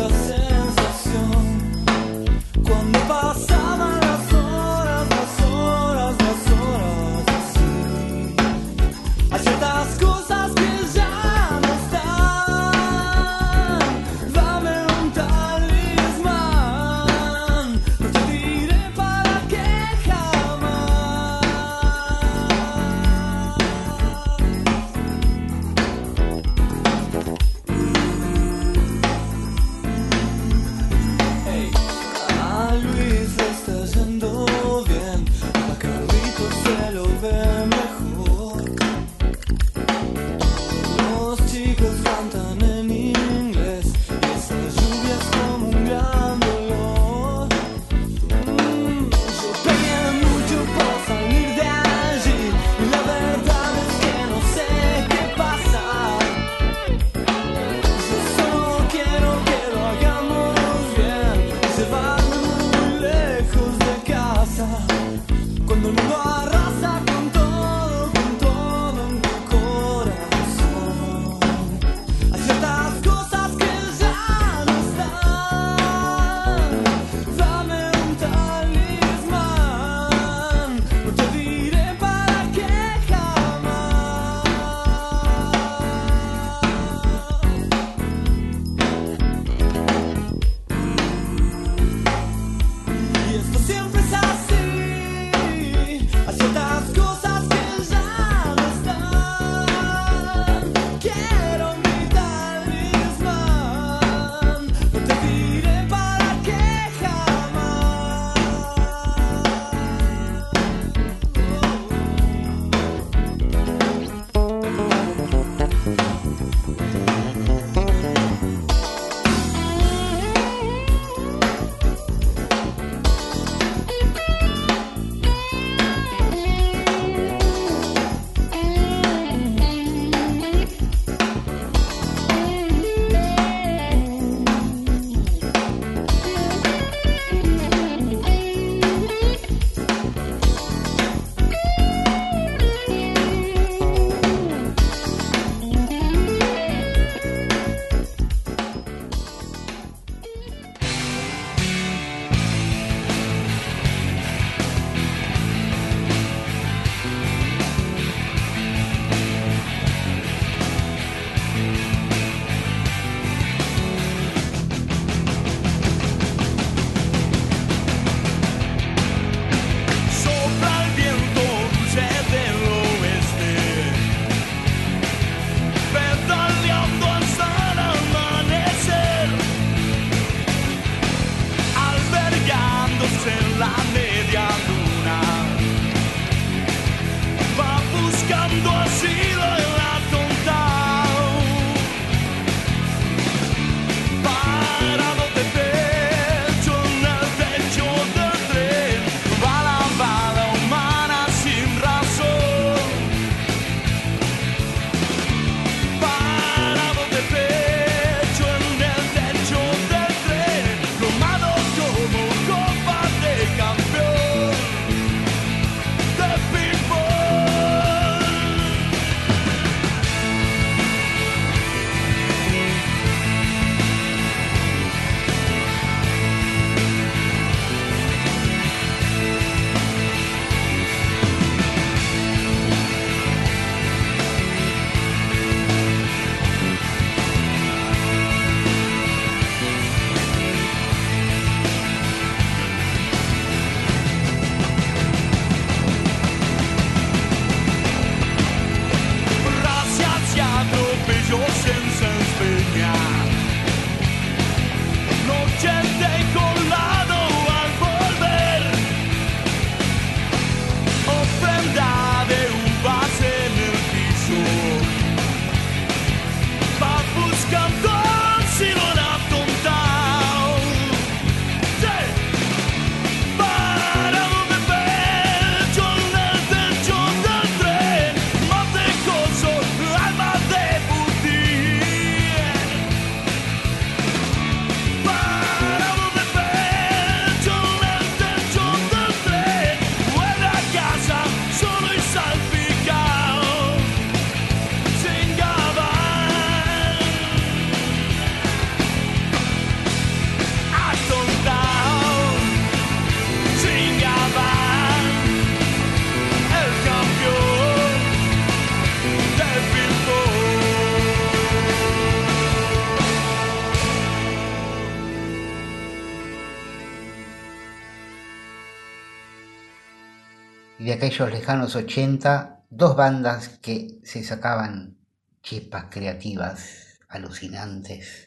y de aquellos lejanos ochenta, dos bandas que se sacaban chispas creativas alucinantes.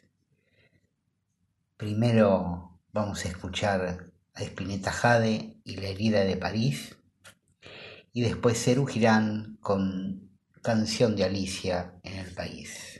Primero vamos a escuchar a Spinetta Jade y La herida de París, y después Serú Girán con Canción de Alicia en el País.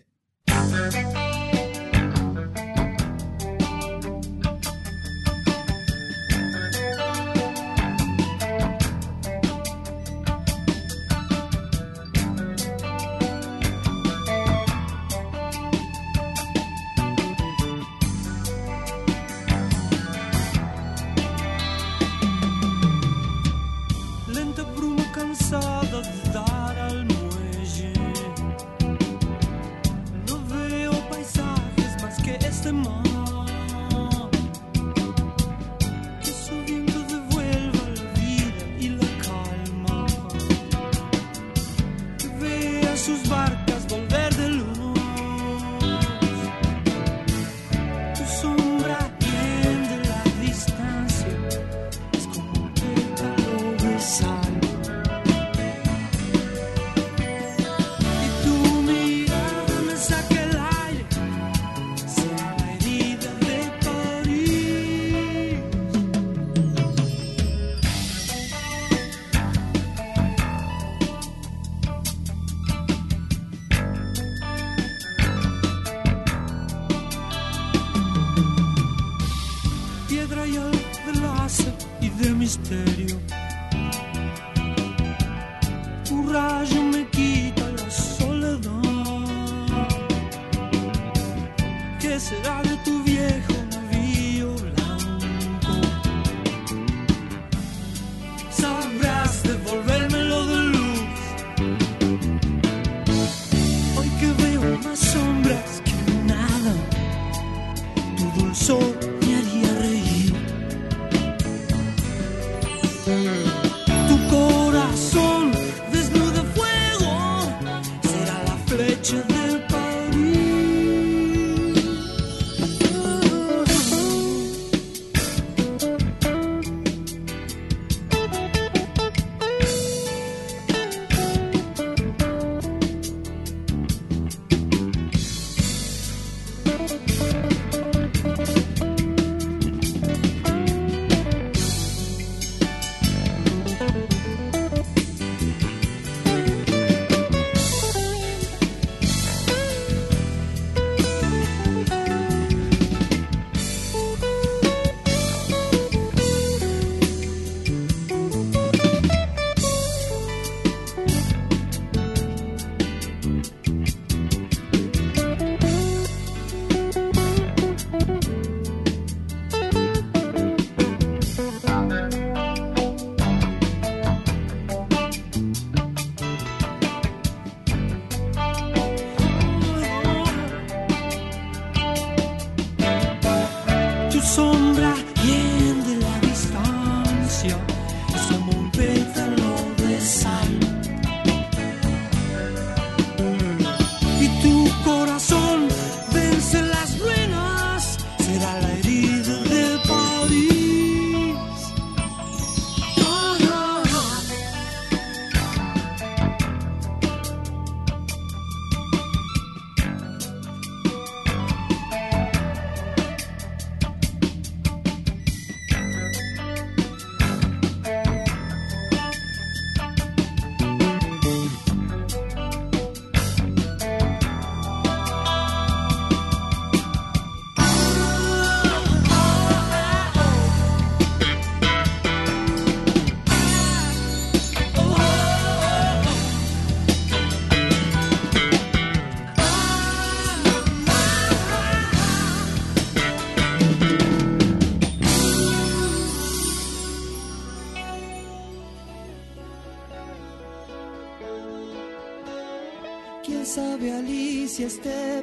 sabe Alicia, este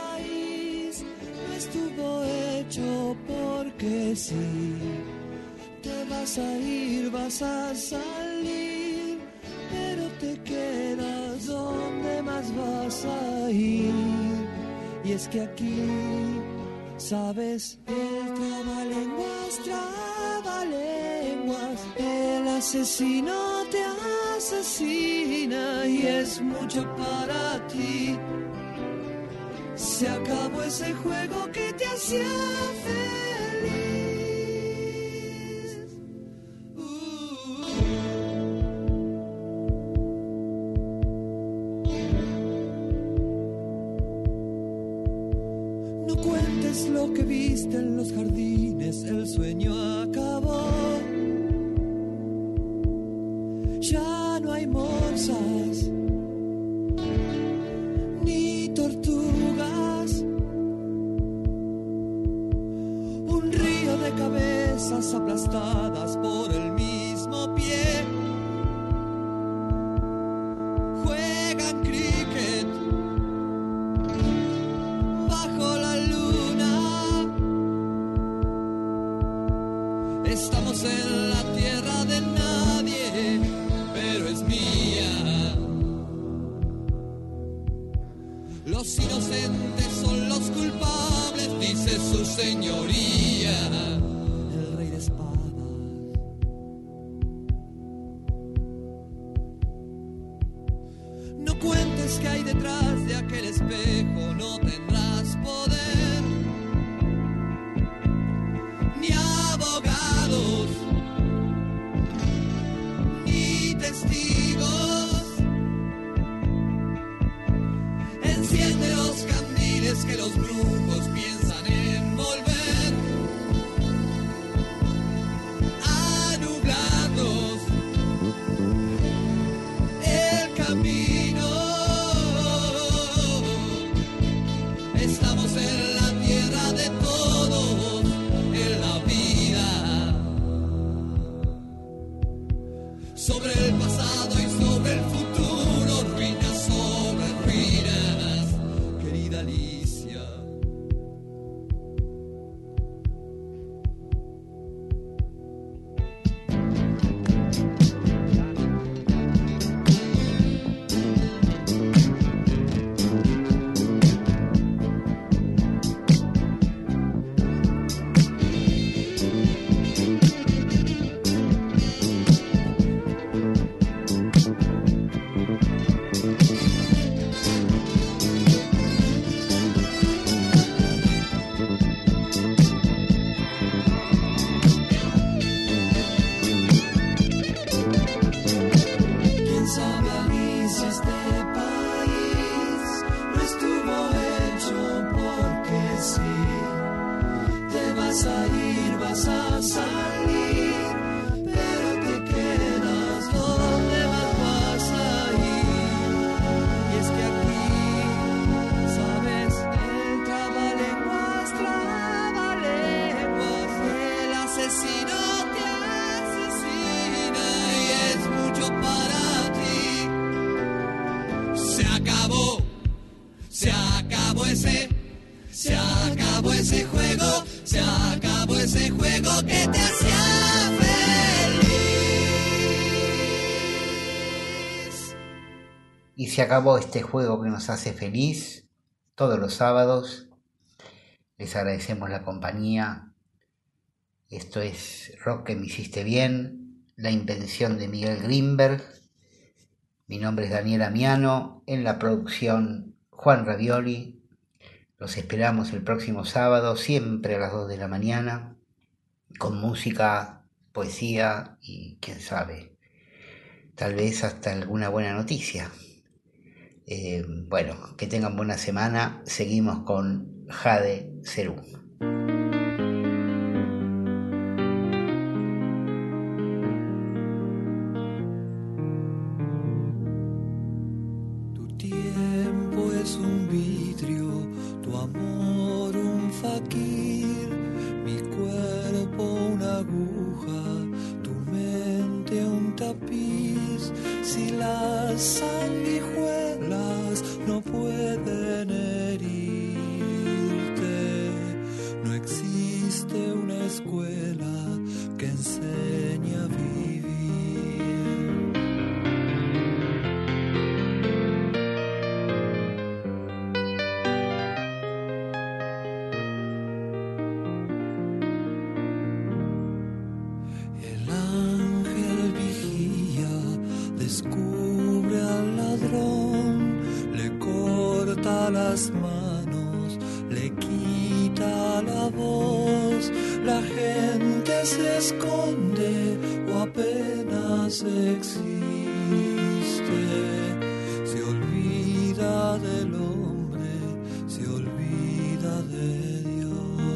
país no estuvo hecho porque sí. Te vas a ir, vas a salir, pero te quedas donde más vas a ir. Y es que aquí, sabes, el trabalenguas, trabalenguas, el asesino te asesina y es mucho para ti. Se acabó ese juego que te hacía feliz. Uh. No cuentes lo que viste en los jardines, el sueño acabó. Ya no hay morsas ni tortugas. Un río de cabezas aplastadas por el mismo pie. Juegan cricket bajo la luna. Estamos en la tierra de nadie, pero es mía. Los inocentes son los culpables, dice su señoría, el rey de espadas. No cuentes que hay detrás de aquel espejo, no tendrás poder, ni abogados, ni testigos. Enciende los candiles que los brujos piensan envolver, a nublarnos el camino. Estamos en la tierra de todos, en la vida, sobre el pasado y sobre el futuro, ruinas sobre ruinas, querida Alicia. ¿Quién sabe, Alicia, este país no estuvo hecho porque sí? Te vas a ir, vas a salir, pero te quedas donde más vas a ir. Y es que aquí, sabes, el trabalenguas, trabalenguas, el asesino te asesina y es mucho para ti. Se acabó, se acabó ese, se acabó ese juego, se acabó ese juego que te hacía feliz. Y se acabó este juego que nos hace feliz todos los sábados. Les agradecemos la compañía. Esto es Rock que me hiciste bien, la invención de Miguel Grimberg. Mi nombre es Daniel Amiano, en la producción Juan Ravioli. Los esperamos el próximo sábado, siempre a las dos de la mañana, con música, poesía y quién sabe, tal vez hasta alguna buena noticia. Eh, bueno, que tengan buena semana. Seguimos con Jade Cerú. Tu tiempo es un vidrio, tu amor un faquir, mi cuerpo una aguja, tu mente un tapiz. Si las sanguijuelas no pueden herirte, no existe una escuela que enseñe a vivir. El ángel las manos, le quita la voz, la gente se esconde o apenas existe, se olvida del hombre, se olvida de Dios.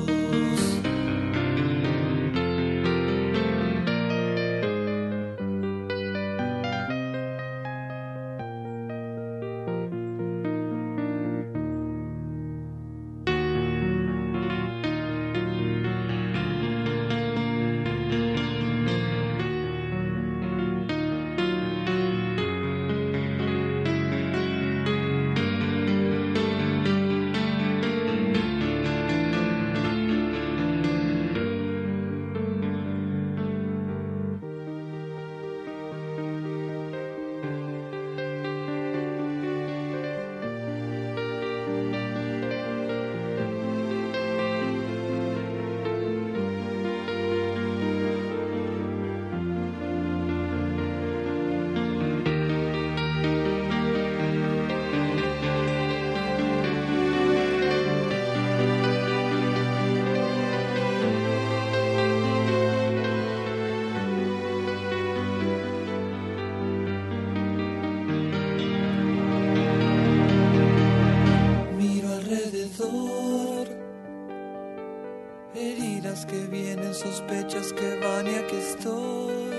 Que vienen, sospechas que van y aquí estoy,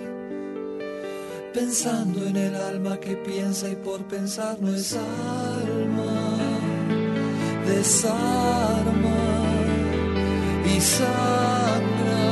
pensando en el alma que piensa y por pensar no es alma, desarma y sangra.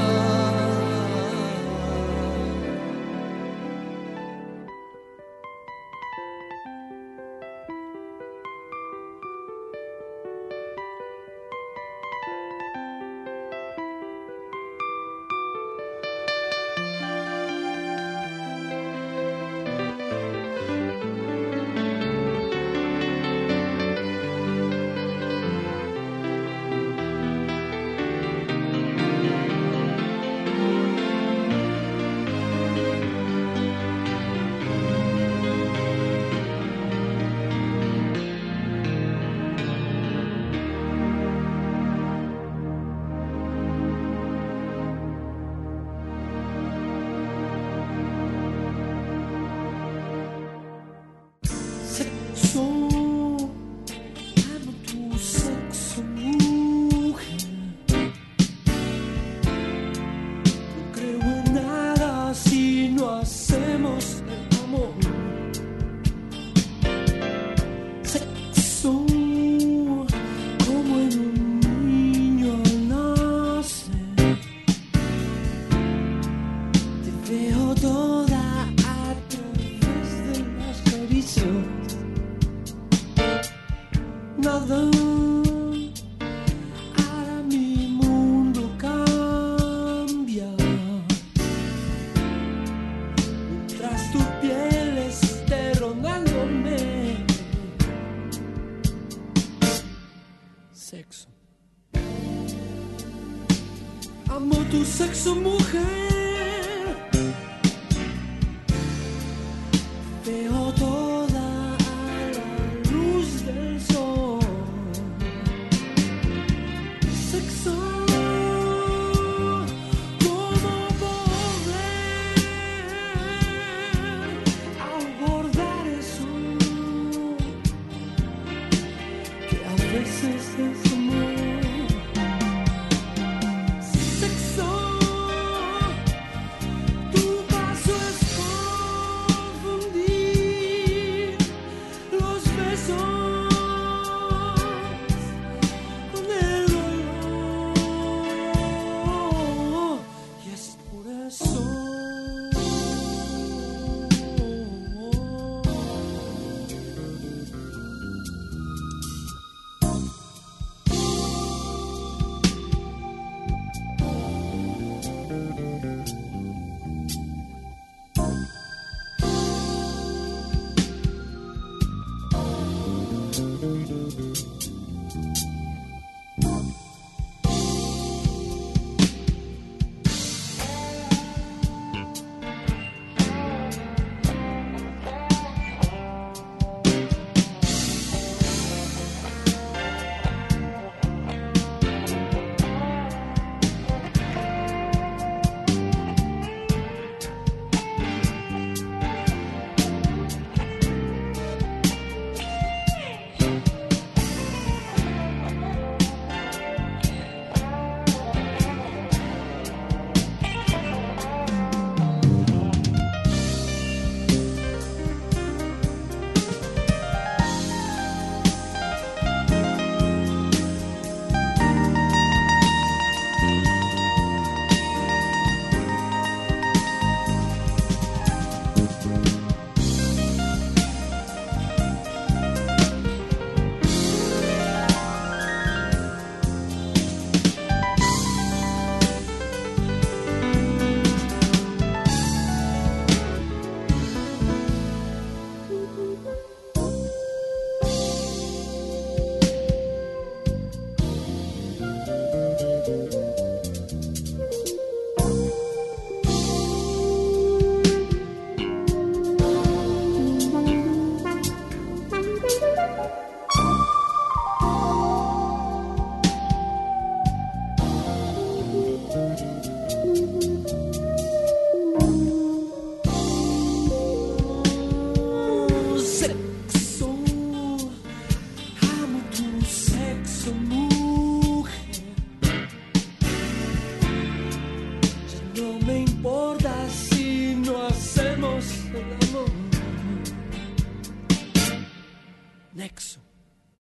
Amo tu sexo, mujer.